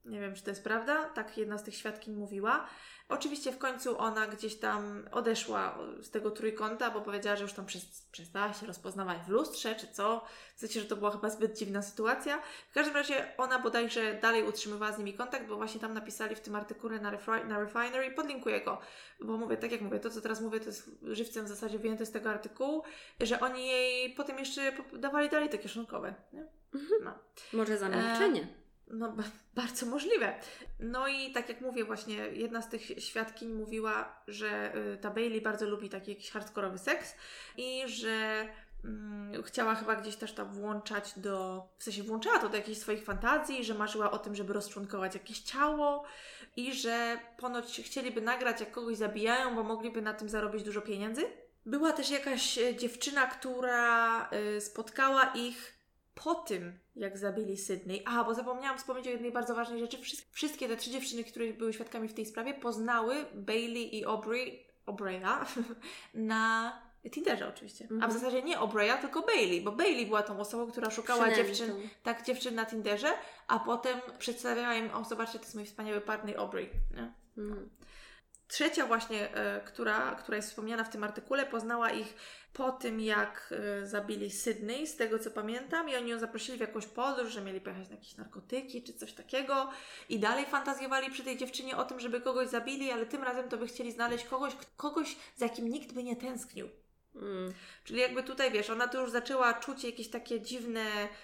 Nie wiem, czy to jest prawda. Tak jedna z tych świadkiń mówiła. Oczywiście w końcu ona gdzieś tam odeszła z tego trójkąta, bo powiedziała, że już tam przestała się rozpoznawać w lustrze, czy co. W sensie, że to była chyba zbyt dziwna sytuacja. W każdym razie ona bodajże dalej utrzymywała z nimi kontakt, bo właśnie tam napisali w tym artykule na Refinery, podlinkuję go, bo mówię, tak jak mówię, to co teraz mówię, to jest żywcem w zasadzie wyjęte z tego artykułu, że oni jej potem jeszcze dawali dalej te kieszonkowe. Nie? No. Może za milczenie. No, bardzo możliwe. No i tak jak mówię, właśnie jedna z tych świadkiń mówiła, że ta Bailey bardzo lubi taki jakiś hardkorowy seks i że chciała chyba gdzieś też tam włączać w sensie włączała to do jakichś swoich fantazji, że marzyła o tym, żeby rozczłonkować jakieś ciało i że ponoć chcieliby nagrać, jak kogoś zabijają, bo mogliby na tym zarobić dużo pieniędzy. Była też jakaś dziewczyna, która spotkała ich po tym, jak zabili Sydney. Aha, bo zapomniałam wspomnieć o jednej bardzo ważnej rzeczy. Wszystkie te 3 dziewczyny, które były świadkami w tej sprawie, poznały Bailey i O'Breya na Tinderze oczywiście. A w zasadzie nie O'Breya, tylko Bailey, bo Bailey była tą osobą, która szukała dziewczyn na Tinderze, a potem przedstawiała im, zobaczcie, to jest mój wspaniały partner Aubrey. Nie? Trzecia właśnie, która jest wspomniana w tym artykule, poznała ich po tym, jak zabili Sydney, z tego co pamiętam, i oni ją zaprosili w jakąś podróż, że mieli pojechać na jakieś narkotyki czy coś takiego i dalej fantazjowali przy tej dziewczynie o tym, żeby kogoś zabili, ale tym razem to by chcieli znaleźć kogoś, za kim nikt by nie tęsknił. Czyli jakby tutaj, wiesz, ona tu już zaczęła czuć jakieś takie dziwne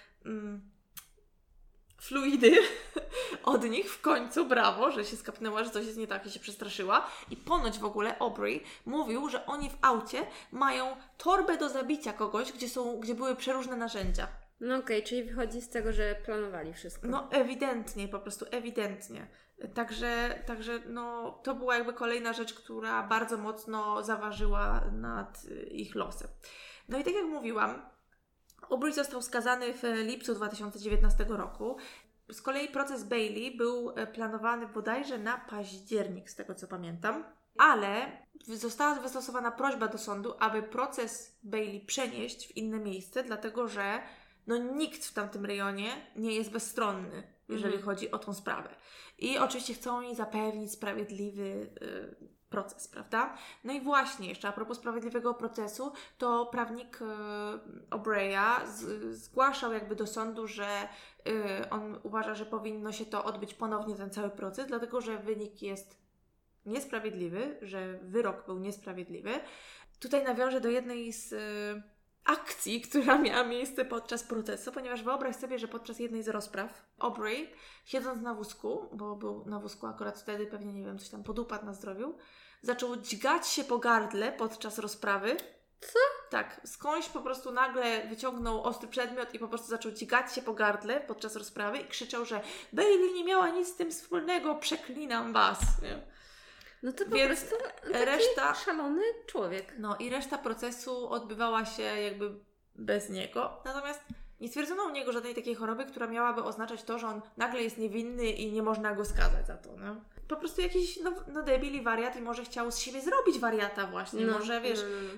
fluidy od nich w końcu, brawo, że się skapnęła, że coś jest nie tak i się przestraszyła. I ponoć w ogóle Aubrey mówił, że oni w aucie mają torbę do zabicia kogoś, gdzie były przeróżne narzędzia. No okej, czyli wychodzi z tego, że planowali wszystko. No ewidentnie, po prostu ewidentnie. Także no, to była jakby kolejna rzecz, która bardzo mocno zaważyła nad ich losem. No i tak jak mówiłam, Aubrey został skazany w lipcu 2019 roku. Z kolei proces Bailey był planowany bodajże na październik, z tego co pamiętam, ale została wystosowana prośba do sądu, aby proces Bailey przenieść w inne miejsce, dlatego że no, nikt w tamtym rejonie nie jest bezstronny, jeżeli chodzi o tą sprawę. I oczywiście chcą jej zapewnić sprawiedliwy proces, prawda? No i właśnie, jeszcze a propos sprawiedliwego procesu, to prawnik O'Breya zgłaszał jakby do sądu, że on uważa, że powinno się to odbyć ponownie, ten cały proces, dlatego że wynik jest niesprawiedliwy, że wyrok był niesprawiedliwy. Tutaj nawiążę do jednej z akcji, która miała miejsce podczas procesu, ponieważ wyobraź sobie, że podczas jednej z rozpraw Aubrey, siedząc na wózku, bo był na wózku akurat wtedy, pewnie nie wiem, coś tam podupadł na zdrowiu, zaczął dźgać się po gardle podczas rozprawy. Co? Tak, skądś po prostu nagle wyciągnął ostry przedmiot i po prostu zaczął dźgać się po gardle podczas rozprawy i krzyczał, że Bailey nie miała nic z tym wspólnego, przeklinam was. Nie? No to po prostu taki szalony człowiek. No i reszta procesu odbywała się jakby bez niego. Natomiast nie stwierdzono u niego żadnej takiej choroby, która miałaby oznaczać to, że on nagle jest niewinny i nie można go skazać za to. No. Po prostu jakiś debil i wariat i może chciał z siebie zrobić wariata właśnie. Może wiesz,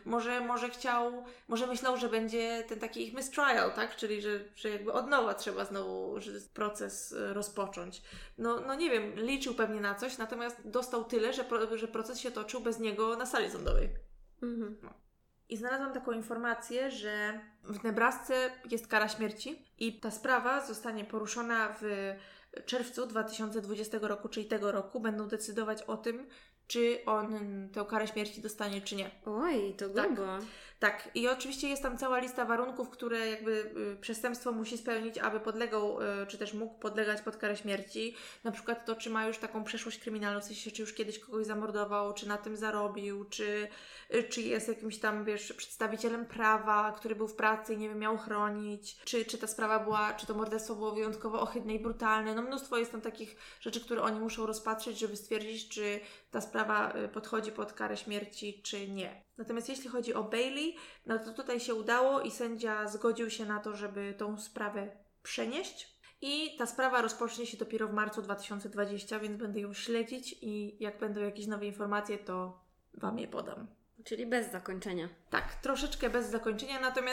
może myślał, że będzie ten taki ich mistrial, tak? Czyli, że jakby od nowa trzeba znowu proces rozpocząć. No nie wiem, liczył pewnie na coś, natomiast dostał tyle, że proces się toczył bez niego na sali sądowej. No. I znalazłam taką informację, że w Nebrasce jest kara śmierci i ta sprawa zostanie poruszona w czerwcu 2020 roku, czyli tego roku. Będą decydować o tym, czy on tę karę śmierci dostanie, czy nie. Oj, to grubo. Tak. I oczywiście jest tam cała lista warunków, które jakby przestępstwo musi spełnić, aby podlegał, czy też mógł podlegać pod karę śmierci. Na przykład to, czy ma już taką przeszłość kryminalną, w sensie, czy już kiedyś kogoś zamordował, czy na tym zarobił, czy jest jakimś tam, wiesz, przedstawicielem prawa, który był w pracy i nie wiem, miał chronić, czy ta sprawa była, czy to morderstwo było wyjątkowo ohydne i brutalne. No mnóstwo jest tam takich rzeczy, które oni muszą rozpatrzeć, żeby stwierdzić, czy ta sprawa podchodzi pod karę śmierci, czy nie. Natomiast jeśli chodzi o Bailey, no to tutaj się udało i sędzia zgodził się na to, żeby tą sprawę przenieść. I ta sprawa rozpocznie się dopiero w marcu 2020, więc będę ją śledzić i jak będą jakieś nowe informacje, to Wam je podam. Czyli bez zakończenia. Tak, troszeczkę bez zakończenia, natomiast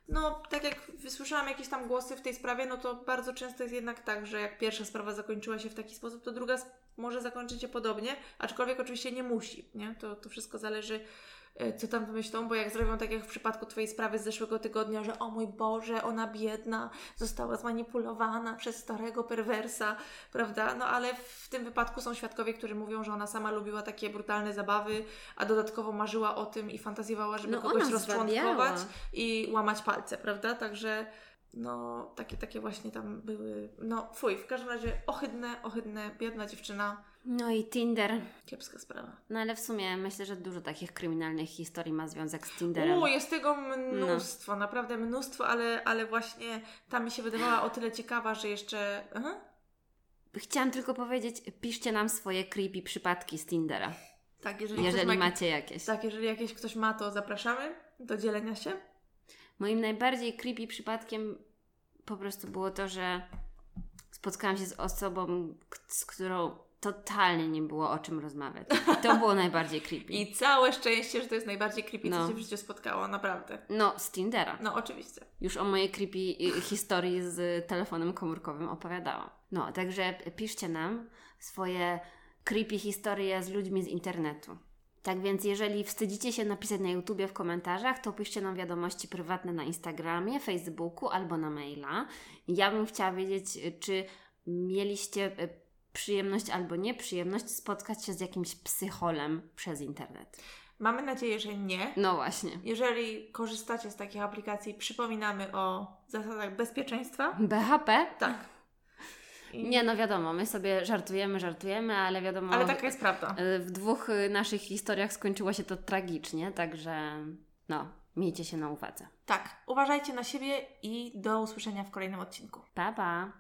no tak jak wysłyszałam jakieś tam głosy w tej sprawie, no to bardzo często jest jednak tak, że jak pierwsza sprawa zakończyła się w taki sposób, to druga może zakończyć się podobnie, aczkolwiek oczywiście nie musi, nie? To wszystko zależy, co tam wymyślą, bo jak zrobią tak jak w przypadku Twojej sprawy z zeszłego tygodnia, że o mój Boże, ona biedna, została zmanipulowana przez starego perwersa, prawda? No ale w tym wypadku są świadkowie, którzy mówią, że ona sama lubiła takie brutalne zabawy, a dodatkowo marzyła o tym i fantazjowała, żeby kogoś rozczłonkować i łamać palce, prawda? Także no takie właśnie tam były, no fuj, w każdym razie ohydne, biedna dziewczyna. No i Tinder. Kiepska sprawa. No ale w sumie myślę, że dużo takich kryminalnych historii ma związek z Tinderem. Jest tego mnóstwo, naprawdę mnóstwo, ale właśnie ta mi się wydawała o tyle ciekawa, że jeszcze... Chciałam tylko powiedzieć, piszcie nam swoje creepy przypadki z Tindera. Tak, jeżeli macie jakieś. Tak, jeżeli jakieś ktoś ma, to zapraszamy do dzielenia się. Moim najbardziej creepy przypadkiem po prostu było to, że spotkałam się z osobą, z którą totalnie nie było o czym rozmawiać. I to było najbardziej creepy. I całe szczęście, że to jest najbardziej creepy, co się w życiu spotkało, naprawdę. No, z Tindera. No, oczywiście. Już o mojej creepy historii z telefonem komórkowym opowiadałam. No, także piszcie nam swoje creepy historie z ludźmi z internetu. Tak więc jeżeli wstydzicie się napisać na YouTubie w komentarzach, to piszcie nam wiadomości prywatne na Instagramie, Facebooku albo na maila. Ja bym chciała wiedzieć, czy mieliście przyjemność albo nieprzyjemność spotkać się z jakimś psycholem przez internet. Mamy nadzieję, że nie. No właśnie. Jeżeli korzystacie z takich aplikacji, przypominamy o zasadach bezpieczeństwa. BHP? Tak. Nie, no wiadomo, my sobie żartujemy, ale wiadomo... Ale taka jest prawda. W dwóch naszych historiach skończyło się to tragicznie, także no, miejcie się na uwadze. Tak, uważajcie na siebie i do usłyszenia w kolejnym odcinku. Pa, pa!